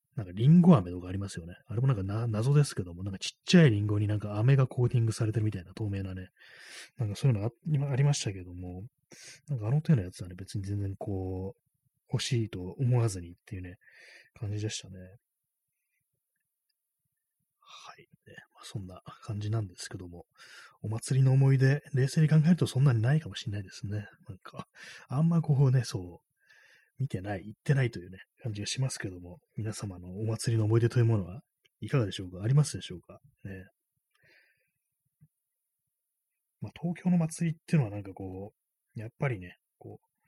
A: なんかリンゴ飴とかありますよね。あれもなんか謎ですけども、なんかちっちゃいリンゴになんか飴がコーティングされてるみたいな透明なね、なんかそういうの今ありましたけども、なんかあの手のやつはね、別に全然こう、欲しいと思わずにっていうね、感じでしたね。はい。ね、まあ、そんな感じなんですけども、お祭りの思い出、冷静に考えるとそんなにないかもしれないですね。なんか、あんまこうね、そう、見てない、行ってないというね、感じがしますけども、皆様のお祭りの思い出というものはいかがでしょうか？ありますでしょうかね。まあ、東京の祭りっていうのはなんかこう、やっぱりね、こう、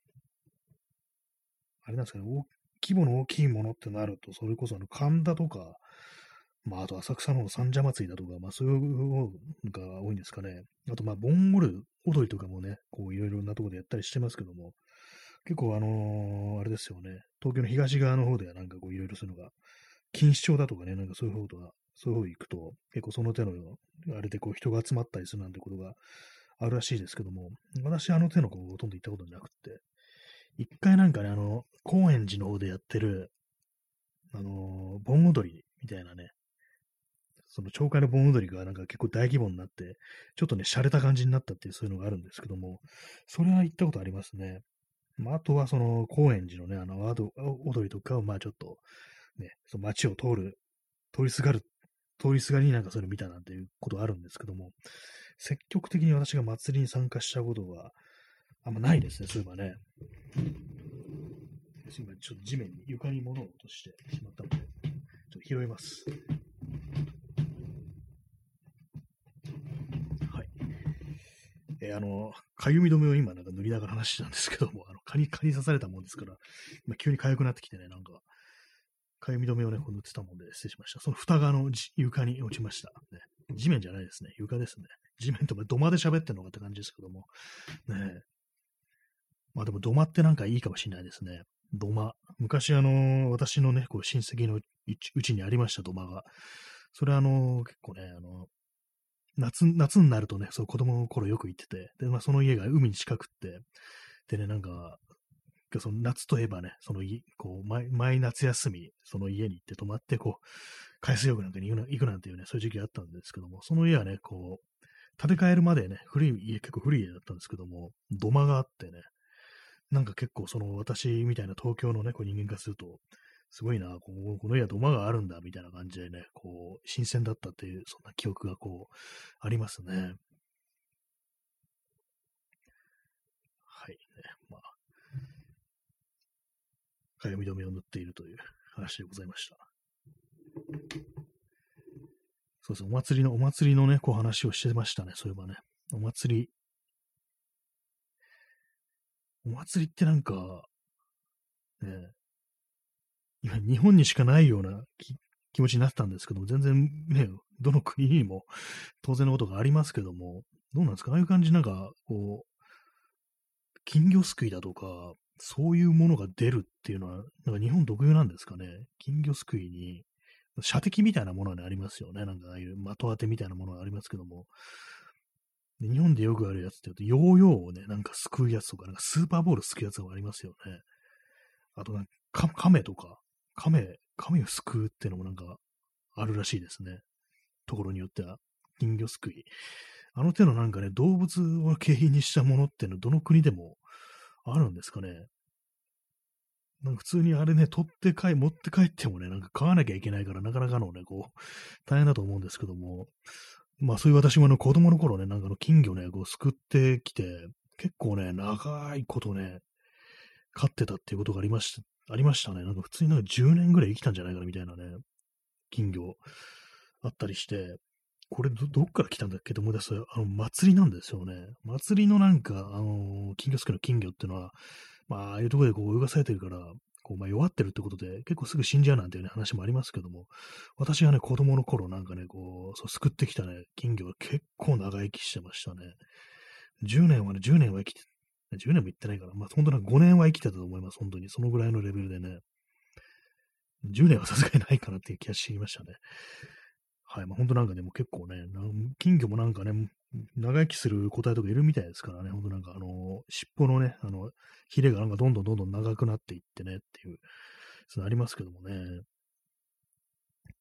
A: あれなんですかね、規模の大きいものってなると、それこそ神田とか、まあ、あと浅草の三社祭りだとか、まあ、そういうのが多いんですかね。あと、まあ、盆踊りとかもね、こう、いろいろなところでやったりしてますけども、結構あれですよね、東京の東側の方ではなんかこう、いろいろそういうのが、錦糸町だとかね、なんかそういう方とは、そういう方行くと、結構その手の、あれでこう、人が集まったりするなんてことがあるらしいですけども、私、あの手のこう、ほとんど行ったことなくって、一回なんかね、高円寺の方でやってる、盆踊りみたいなね、その町会の盆踊りがなんか結構大規模になって、ちょっとね、洒落た感じになったっていうそういうのがあるんですけども、それは行ったことありますね。まあ、あとはその高円寺のね、踊りとかをまあちょっとね、その街を通りすがる、通りすがりになんかそれ見たなんていうことがあるんですけども、積極的に私が祭りに参加したことはあんまないですね、そういえばね。今ちょっと地面に床に物を落としてしまったので、ちょっと拾います。はい。かゆみ止めを今なんか塗りながら話してたんですけども、蚊に刺されたもんですから、今急に痒くなってきてね、なんか、かゆみ止めをね、こう塗ってたもんで失礼しました。その蓋が床に落ちました。ね。地面じゃないですね。床ですね。地面とか土間で喋ってんのかって感じですけども。ね。まあでも土間ってなんかいいかもしれないですね。土間。昔私のね、こう親戚のうちにありました土間が。それ結構ね、夏になるとね、そう子供の頃よく行ってて、で、まあその家が海に近くって、でね、なんか、その夏といえばね、そのこう毎夏休み、その家に行って泊まって、こう、海水浴なんかに行くなんていうね、そういう時期があったんですけども、その家はね、こう、建て替えるまでね、結構古い家だったんですけども、土間があってね、なんか結構その私みたいな東京のね、こう人間からすると、すごいな、この家は土間があるんだ、みたいな感じでね、こう、新鮮だったっていう、そんな記憶がこう、ありますね。はい、ね。まあ、かゆみ止めを塗っているという話でございました。そうですね、お祭りのね、こう話をしてましたね、そういえばね。お祭りってなんか、ね、今日本にしかないような気持ちになってたんですけども、全然ね、どの国にも当然のことがありますけども、どうなんですか？ああいう感じなんか、こう、金魚すくいだとか、そういうものが出るっていうのは、なんか日本特有なんですかね。金魚すくいに、射的みたいなものがありますよね。なんかああいう的当てみたいなものがありますけども、で日本でよくあるやつって言うと、ヨーヨーをね、なんかすくうやつとか、なんかスーパーボールすくうやつがありますよね。あとなんか、亀とか、亀をすくうっていうのもなんかあるらしいですね。ところによっては。金魚すくい。あの手のなんかね、動物を景品にしたものっていうのはどの国でもあるんですかね。なんか普通にあれね、持って帰ってもね、なんか買わなきゃいけないから、なかなかのね、こう、大変だと思うんですけども、まあそういう私も子供の頃ね、なんか金魚ね、こう、すくってきて、結構ね、長いことね、飼ってたっていうことがありましたね。なんか普通になんか10年ぐらい生きたんじゃないかなみたいなね、金魚あったりして、これどっから来たんだっけと思い出すと、祭りなんですよね。祭りのなんか、金魚すくいの金魚っていうのは、まあ、ああいうところでこう泳がされてるから、こう、まあ、弱ってるってことで、結構すぐ死んじゃうなんていうね、話もありますけども、私がね、子供の頃なんかね、こう、そう、救ってきたね、金魚が結構長生きしてましたね。10年は生きて、10年も生ってないから、まあ、本当なんか5年は生きてたと思います、本当に。そのぐらいのレベルでね、10年はさすがにないかなっていう気がしてきましたね。はい、まあ、本当なんかね、もう結構ね、金魚もなんかね、長生きする個体とかいるみたいですからね、本当なんか尻尾のね、ヒレがなんかどんどん長くなっていってねっていう、そういうのありますけどもね。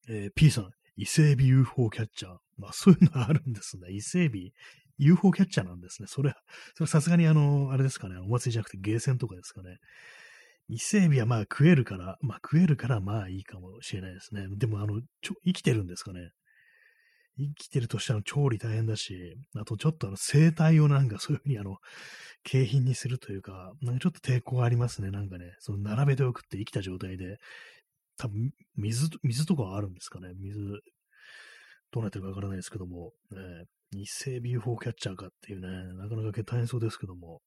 A: P さん、伊勢海老 UFO キャッチャー。まあ、そういうのあるんですね。伊勢海老 UFO キャッチャーなんですね。それさすがにあれですかね。お祭りじゃなくてゲーセンとかですかね。伊勢海老はまあ食えるからまあいいかもしれないですね。でも生きてるんですかね。生きてるとしたら調理大変だし、あとちょっと生態をなんかそういうふうに景品にするというか、なんかちょっと抵抗がありますね。なんかね、その並べておくって生きた状態で、多分水とかはあるんですかね。どうなってるかわからないですけども、偽 UFO キャッチャーかっていうね、なかなか大変そうですけども、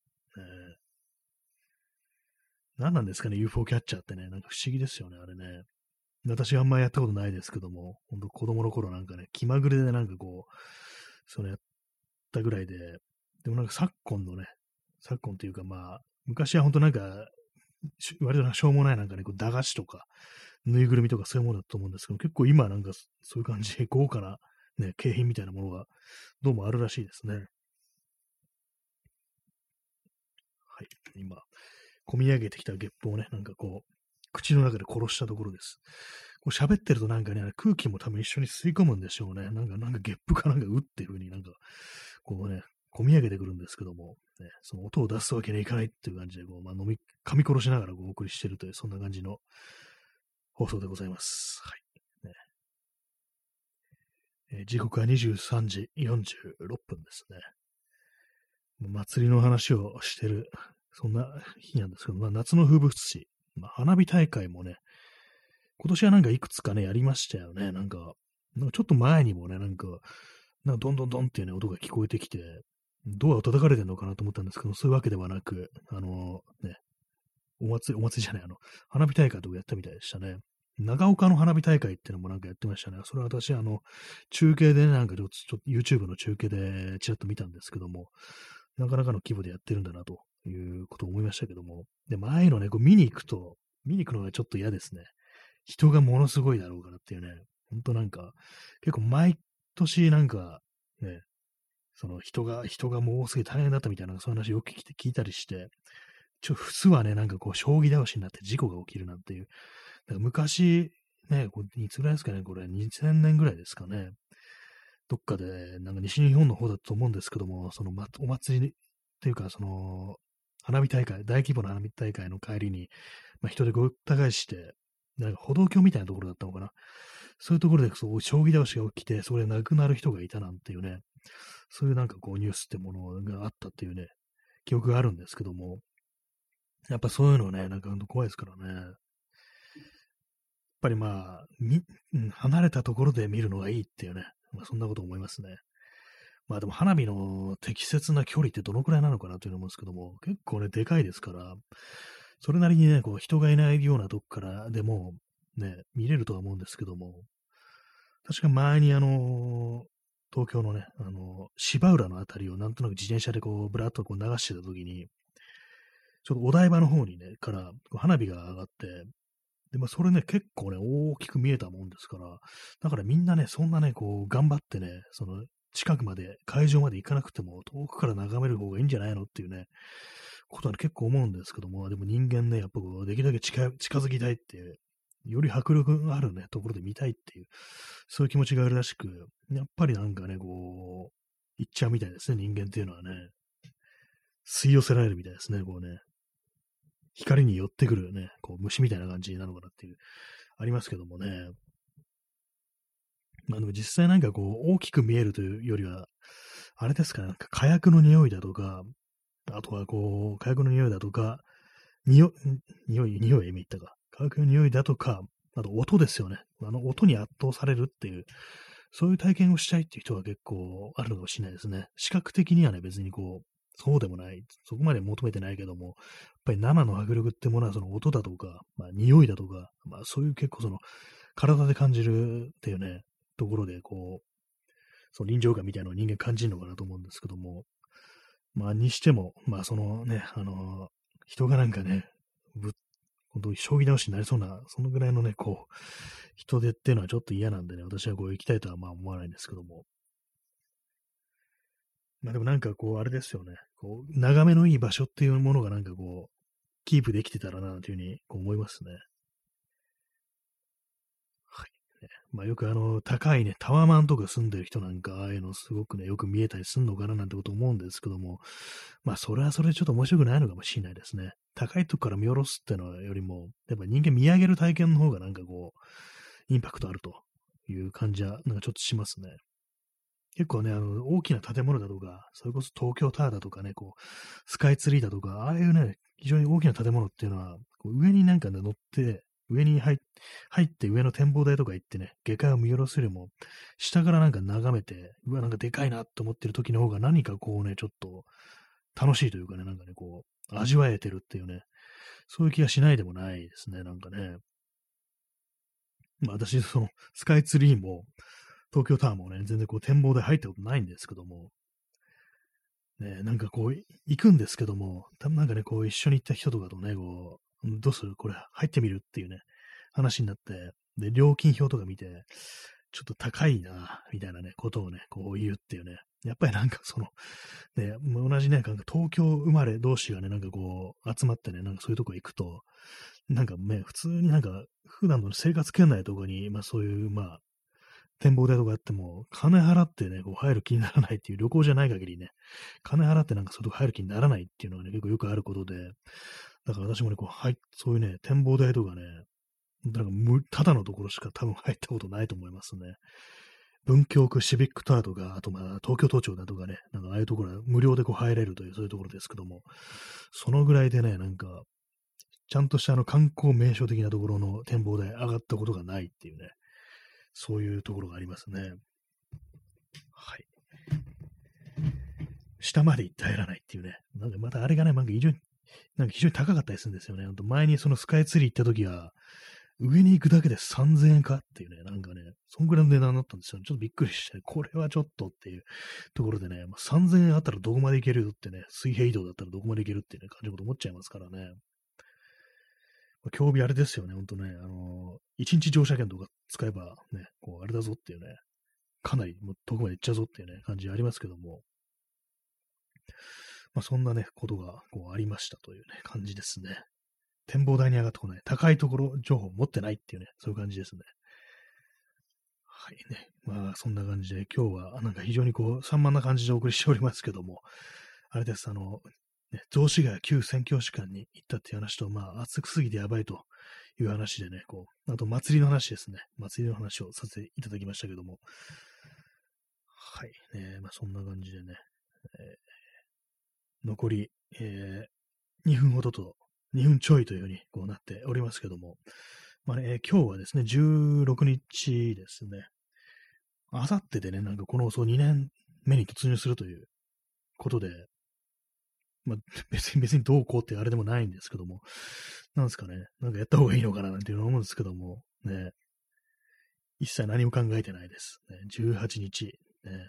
A: 何なんですかね、UFO キャッチャーってね、なんか不思議ですよね、あれね。私はあんまやったことないですけども、本当子供の頃なんかね、気まぐれでなんかこう、そのやったぐらいで、でもなんか昨今というかまあ、昔は本当なんか、割としょうもないなんかね、こう駄菓子とか、ぬいぐるみとかそういうものだと思うんですけど、結構今はなんかそういう感じで豪華なね、景品みたいなものがどうもあるらしいですね。はい。今、込み上げてきたゲップをね、なんかこう、口の中で殺したところです。こう喋ってるとなんかね、空気も多分一緒に吸い込むんでしょうね。なんかゲップかなんかうっていう風になんか、こうね、込み上げてくるんですけども、ね、その音を出すわけにはいかないっていう感じで、こう、まあ、噛み殺しながらこうお送りしているという、そんな感じの放送でございます。はい。ね時刻は23時46分ですね。祭りの話をしてる、そんな日なんですけど、まあ、夏の風物詩、まあ、花火大会もね、今年はなんかいくつかね、やりましたよね。なんかちょっと前にもね、なんかどんどんどんっていうね、音が聞こえてきて、ドアを叩かれてるのかなと思ったんですけど、そういうわけではなく、お祭りじゃない、花火大会とかやったみたいでしたね。長岡の花火大会っていうのもなんかやってましたね。それは私、中継でね、なんかちょっと YouTube の中継でちらっと見たんですけども、なかなかの規模でやってるんだなということを思いましたけども。で、前のね、こう見に行くのがちょっと嫌ですね。人がものすごいだろうからっていうね、ほんとなんか、結構毎年なんか、ね、その人がもうすげえ大変だったみたいな、そういう話よく聞いたりして、普通はね、なんかこう、将棋倒しになって事故が起きるなんていう、なんか昔、ね、いつぐらいですかね、これ、2000年ぐらいですかね。どっかで、なんか西日本の方だと思うんですけども、お祭りっていうか、花火大会、大規模な花火大会の帰りに、まあ、人でごった返して、なんか歩道橋みたいなところだったのかな。そういうところで、そう将棋倒しが起きて、それで亡くなる人がいたなんていうね、そういうなんかこうニュースってものがあったっていうね、記憶があるんですけども、やっぱそういうのね、なんか怖いですからね。やっぱりまあ、離れたところで見るのがいいっていうね、まあそんなこと思いますね。まあでも花火の適切な距離ってどのくらいなのかなというの思うんですけども、結構ね、でかいですから、それなりにね、こう人がいないようなとこからでもね、見れるとは思うんですけども、確か前に東京のね、芝浦のあたりをなんとなく自転車でこう、ぶらっとこう流してた時に、ちょっとお台場の方にね、からこう花火が上がって、で、まあ、それね、結構ね、大きく見えたもんですから、だからみんなね、そんなね、こう、頑張ってね、近くまで、会場まで行かなくても、遠くから眺める方がいいんじゃないのっていうね、ことは、ね、結構思うんですけども、でも人間ね、やっぱこう、できるだけ近づきたいっていう、より迫力があるね、ところで見たいっていう、そういう気持ちがあるらしく、やっぱりなんかね、こう、行っちゃうみたいですね、人間っていうのはね。吸い寄せられるみたいですね、こうね。光に寄ってくるね、こう虫みたいな感じなのかなっていう、ありますけどもね。まあでも実際なんかこう、大きく見えるというよりは、あれですかね、なんか火薬の匂いだとか、あとはこう、火薬の匂いだとか、匂い、見ったか。火薬の匂いだとか、あと音ですよね。音に圧倒されるっていう、そういう体験をしたいっていう人が結構あるのかもしれないですね。視覚的にはね、別にこう、そうでもない。そこまで求めてないけども、やっぱり生の迫力ってものはその音だとか、まあ匂いだとか、まあそういう結構体で感じるっていうね、ところでこう、その臨場感みたいなのを人間感じるのかなと思うんですけども、まあにしても、まあそのね、人がなんかね、本当に将棋倒しになりそうな、そのぐらいのね、こう、人手っていうのはちょっと嫌なんでね、私はこう行きたいとはまあ思わないんですけども。まあでもなんかこう、あれですよね。こう、眺めのいい場所っていうものがなんかこう、キープできてたらな、というふうにこう思いますね。はい。 まあよく高いね、タワマンとか住んでる人なんか、ああいうのすごくね、よく見えたりすんのかななんてこと思うんですけども、まあそれはそれでちょっと面白くないのかもしれないですね。高いとこから見下ろすってのよりも、やっぱ人間見上げる体験の方がなんかこう、インパクトあるという感じは、なんかちょっとしますね。結構ね、大きな建物だとか、それこそ東京タワーだとかね、こう、スカイツリーだとか、ああいうね、非常に大きな建物っていうのは、こう上になんかね、乗って、上に入って上の展望台とか行ってね、下界を見下ろすよりも、下からなんか眺めて、うわ、なんかでかいなと思ってる時の方が何かこうね、ちょっと楽しいというかね、なんかね、こう、味わえてるっていうね、そういう気がしないでもないですね、なんかね。まあ私、その、スカイツリーも、東京タワーもね、全然こう展望台入ったことないんですけども、ね、なんかこう、行くんですけども、多分なんかね、こう一緒に行った人とかとね、こう、どうするこれ入ってみるっていうね、話になって、で、料金表とか見て、ちょっと高いな、みたいなね、ことをね、こう言うっていうね。やっぱりなんかその、ね、同じね、なんか東京生まれ同士がね、なんかこう、集まってね、なんかそういうとこ行くと、なんかね、普通になんか、普段の生活圏内のとこに、まあそういう、まあ、展望台とかあっても、金払ってね、こう入る気にならないっていう旅行じゃない限りね、金払ってなんかそういうとこ入る気にならないっていうのがね、結構よくあることで、だから私もね、こう、そういうね、展望台とかね、なんかただのところしか多分入ったことないと思いますね。文京区シビックタワーとか、あとまあ東京都庁だとかね、なんかああいうところは無料でこう入れるという、そういうところですけども、そのぐらいでね、なんか、ちゃんとした観光名所的なところの展望台上がったことがないっていうね、そういうところがありますね。はい。下まで行って入らないっていうね。なんかまたあれがね、なんか非常に高かったりするんですよね。前にそのスカイツリー行った時は、上に行くだけで3000円かっていうね、なんかね、そんぐらいの値段だったんですよ。ちょっとびっくりして、これはちょっとっていうところでね、まあ、3000円あったらどこまで行けるよってね、水平移動だったらどこまで行けるっていうね、感じのこと思っちゃいますからね。まあ、興味あれですよね、ほんとね、1日乗車券とか使えばね、こう、あれだぞっていうね、かなりもう遠くまで行っちゃうぞっていうね、感じありますけども、まあ、そんなね、ことがこうありましたというね、感じですね。展望台に上がってこない、高いところ情報を持ってないっていうね、そういう感じですね。はいね。まあ、そんな感じで、今日はなんか非常にこう、散漫な感じでお送りしておりますけども、あれです、ね、雑司ヶ谷旧宣教師館に行ったっていう話と、まあ、暑くすぎてやばいという話でね、こう、あと祭りの話ですね。祭りの話をさせていただきましたけども、はい。まあ、そんな感じでね、え残り、2分ほどと、2分ちょいというふうにこうなっておりますけども、まあね、今日はですね、16日ですね、あさってでね、なんかこの放送2年目に突入するということで、まあ、別にどうこうってあれでもないんですけども、なんですかね、なんかやった方がいいのかななんていうのを思うんですけども、ね、一切何も考えてないです。ね、18日。ね、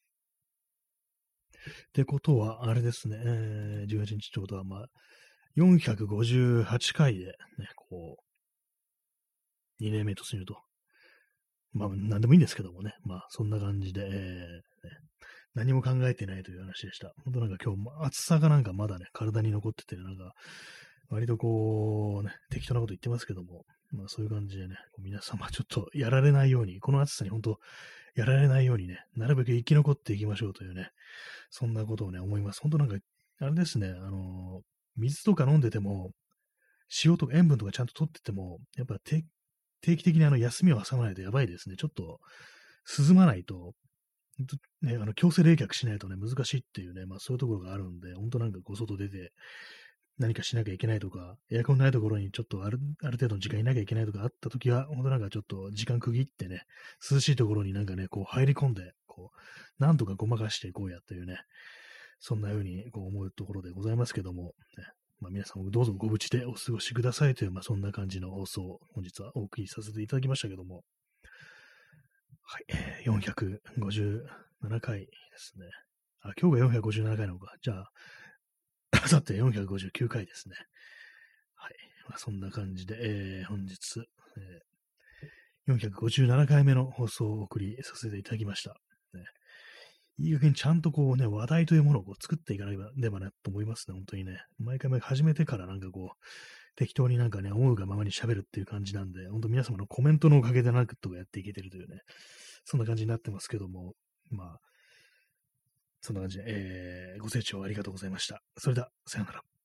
A: ってことは、あれですね、18日ってことは、まあ、458回で、ね、こう、2年目突入と。まあ、なんでもいいんですけどもね、まあ、そんな感じで、ね、何も考えてないという話でした。本当なんか今日も暑さがなんかまだね、体に残ってて、なんか、割とこう、ね、適当なこと言ってますけども、まあそういう感じでね、皆様ちょっとやられないように、この暑さに本当やられないようにね、なるべく生き残っていきましょうというね、そんなことをね、思います。本当なんか、あれですね、水とか飲んでても、塩とか塩分とかちゃんと取ってても、やっぱ定期的に休みを挟まないとやばいですね。ちょっと涼まないと、ほんとね、強制冷却しないとね、難しいっていうね、まあそういうところがあるんで、本当なんかこう外出て何かしなきゃいけないとか、エアコンないところにちょっとある程度の時間いなきゃいけないとかあったときは、本当なんかちょっと時間区切ってね、涼しいところになんかね、こう入り込んで、こう、なんとかごまかしていこうやというね、そんな風にこう思うところでございますけども、ね、まあ、皆さんもどうぞご無事でお過ごしくださいという、まあ、そんな感じの放送を本日はお送りさせていただきましたけども、はい、457回ですね。あ、今日が457回なのか。じゃあ、あさって459回ですね。はい。まあ、そんな感じで、本日、457回目の放送をお送りさせていただきました。ね、いい加減ちゃんとこうね、話題というものをこう作っていかなければなと思いますね、本当にね。毎回始めてからなんかこう、 適当になんかね、思うがままに喋るっていう感じなんで、本当皆様のコメントのおかげでなんとかやっていけてるというね、そんな感じになってますけども、まあ、そんな感じで、ご清聴ありがとうございました。それでは、さようなら。